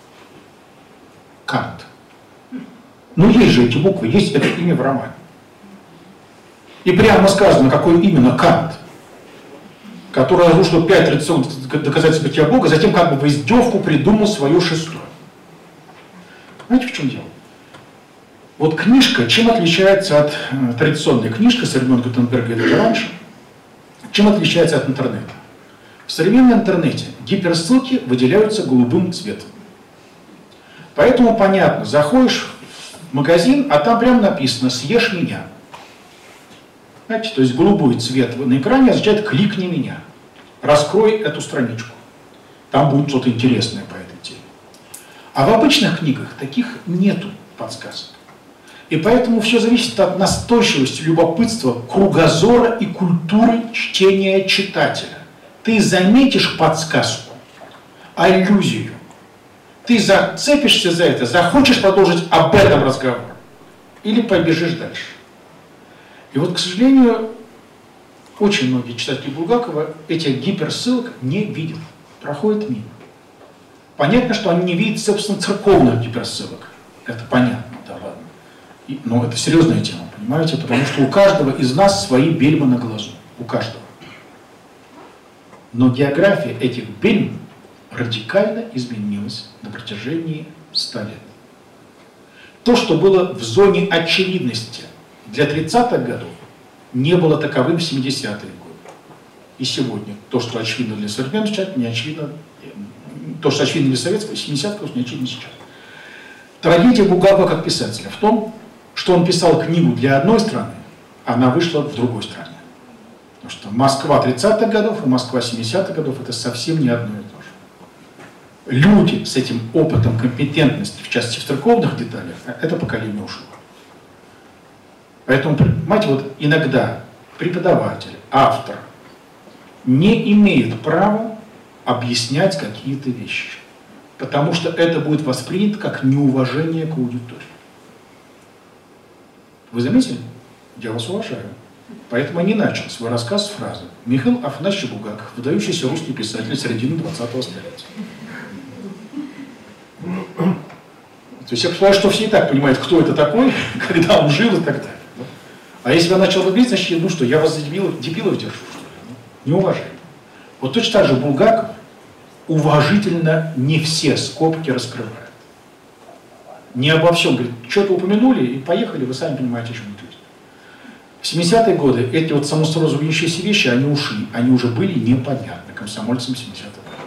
Кант. Ну есть же эти буквы, есть это имя в романе. И прямо сказано, какое именно Кант, который разрушил пять традиционных доказательств бытия Бога, затем как бы в издевку придумал свое шестое. Знаете, в чем дело? Вот книжка, чем отличается от э, традиционной книжки со времен Гутенберга и даже раньше, чем отличается от интернета? В современном интернете гиперссылки выделяются голубым цветом. Поэтому понятно, заходишь в магазин, а там прямо написано «Съешь меня». Знаете, то есть голубой цвет на экране означает «Кликни меня». Раскрой эту страничку. Там будет что-то интересное по этой теме. А в обычных книгах таких нету подсказок. И поэтому все зависит от настойчивости, любопытства, кругозора и культуры чтения читателя. Ты заметишь подсказку, аллюзию, ты зацепишься за это, захочешь продолжить об этом разговор или побежишь дальше. И вот, к сожалению, очень многие читатели Булгакова этих гиперссылок не видят, проходят мимо. Понятно, что они не видят, собственно, церковных гиперссылок. Это понятно, да ладно. И, но это серьезная тема, понимаете? Потому что у каждого из нас свои бельмы на глазу. У каждого. Но география этих бельм радикально изменилась на протяжении ста лет. То, что было в зоне очевидности для тридцатых годов, не было таковым в семидесятые годы. И сегодня то, что очевидно для современного человека, не очевидно, то, что очевидно для советского, семидесятых, не очевидно сейчас. Трагедия Булгакова как писателя в том, что он писал книгу для одной страны, а она вышла в другой стране. Потому что Москва тридцатых годов и Москва семидесятых годов это совсем не одно и то же. Люди с этим опытом компетентности, в частности в церковных деталях, это поколение ушло. Поэтому, понимаете, вот иногда преподаватель, автор не имеет права объяснять какие-то вещи, потому что это будет воспринято как неуважение к аудитории. Вы заметили? Я вас уважаю. Поэтому я не начал свой рассказ с фразы «Михаил Афанасьевич Булгаков, выдающийся русский писатель середины двадцатого столетия». То есть я понимаю, что все и так понимают, кто это такой, когда он жил и так далее. А если я начал говорить, значит, ну что, я вас за дебилов, дебилов держу, что ли? Не уважаю. Вот точно так же Булгаков уважительно не все скобки раскрывает. Не обо всем. Говорит, что-то упомянули и поехали, вы сами понимаете, о чем идет. В семидесятые годы эти вот самосразумеющиеся вещи, они ушли. Они уже были непонятны комсомольцам семидесятых годов.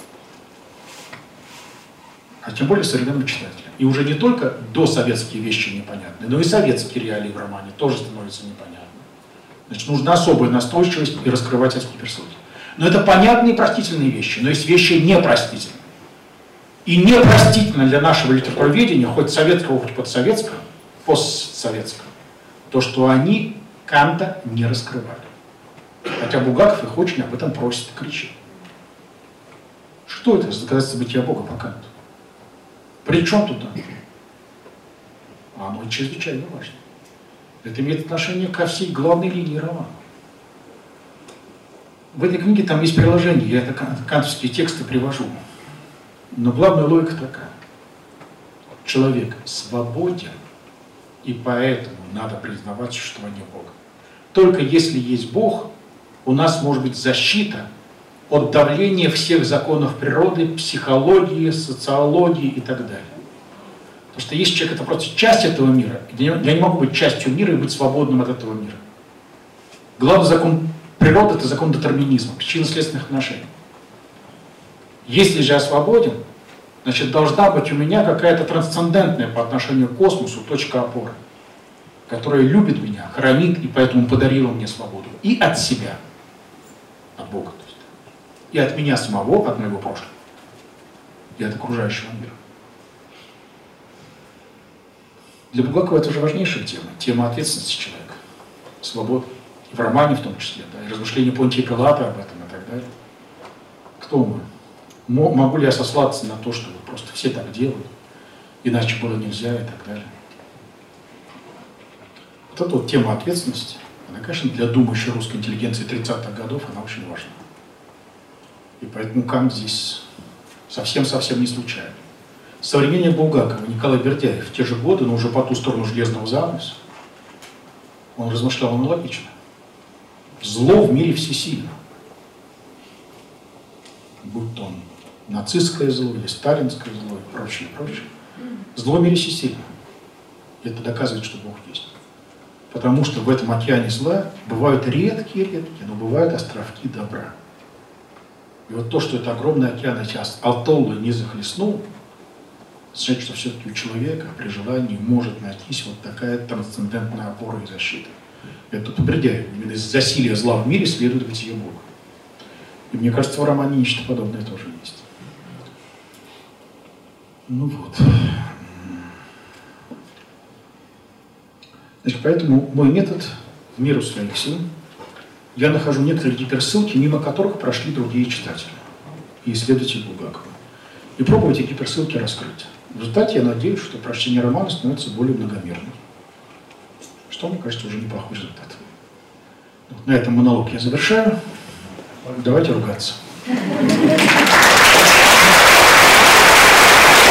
А тем более современным читателям. И уже не только досоветские вещи непонятны, но и советские реалии в романе тоже становятся непонятны. Значит, нужна особая настойчивость и раскрывать эти гиперссылки. Но это понятные и простительные вещи, но есть вещи непростительные. И непростительно для нашего литературоведения, хоть советского, хоть подсоветского, постсоветского, то, что они Канта не раскрывали. Хотя Булгаков их очень об этом просит и кричит. Что это за доказательство бытия Бога по Канту? При чем тут оно? А оно чрезвычайно важно. Это имеет отношение ко всей главной линии романа. В этой книге там есть приложение, я это кантовские тексты привожу. Но главная логика такая. Человек свободен, и поэтому надо признавать существование Бога. Только если есть Бог, у нас может быть защита от давления всех законов природы, психологии, социологии и так далее. Потому что если человек это просто часть этого мира, я не могу быть частью мира и быть свободным от этого мира. Главный закон природы – это закон детерминизма, причинно-следственных отношений. Если же я свободен, значит, должна быть у меня какая-то трансцендентная по отношению к космосу точка опоры, которая любит меня, хранит и поэтому подарила мне свободу. И от себя, от Бога, то есть, и от меня самого, от моего прошлого, и от окружающего мира. Для Булгакова это уже важнейшая тема, тема ответственности человека, свободы. И в романе в том числе, да, и размышления Понтия Пилата об этом и так далее. Кто мы? Могу ли я сослаться на то, что просто все так делают, иначе было нельзя и так далее. Вот эта вот тема ответственности, она, конечно, для думающей русской интеллигенции тридцатых годов, она очень важна. И поэтому Кант здесь совсем-совсем не случайно. Современник Булгакова Николай Бердяев в те же годы, но уже по ту сторону железного занавеса, он размышлял аналогично. Зло в мире всесильно. Будь то он нацистское зло или сталинское зло и прочее, прочее. Зло в мире всесильно. И это доказывает, что Бог есть. Потому что в этом океане зла бывают редкие-редкие, но бывают островки добра. И вот то, что это огромный океан, эти атоллы не захлестнул, значит, что все-таки у человека при желании может найтись вот такая трансцендентная опора и защита. Это тут Бердяев. Именно из засилия зла в мире следует бытие Бога. И мне кажется, в романе нечто подобное тоже есть. Ну вот. Значит, поэтому мой метод в меру своих сил. Я нахожу некоторые гиперссылки, мимо которых прошли другие читатели и исследователи Булгакова. И пробую эти гиперссылки раскрыть. В результате я надеюсь, что прочтение романа становится более многомерным. Что, мне кажется, уже неплохой результат. Вот на этом монолог я завершаю. Давайте ругаться.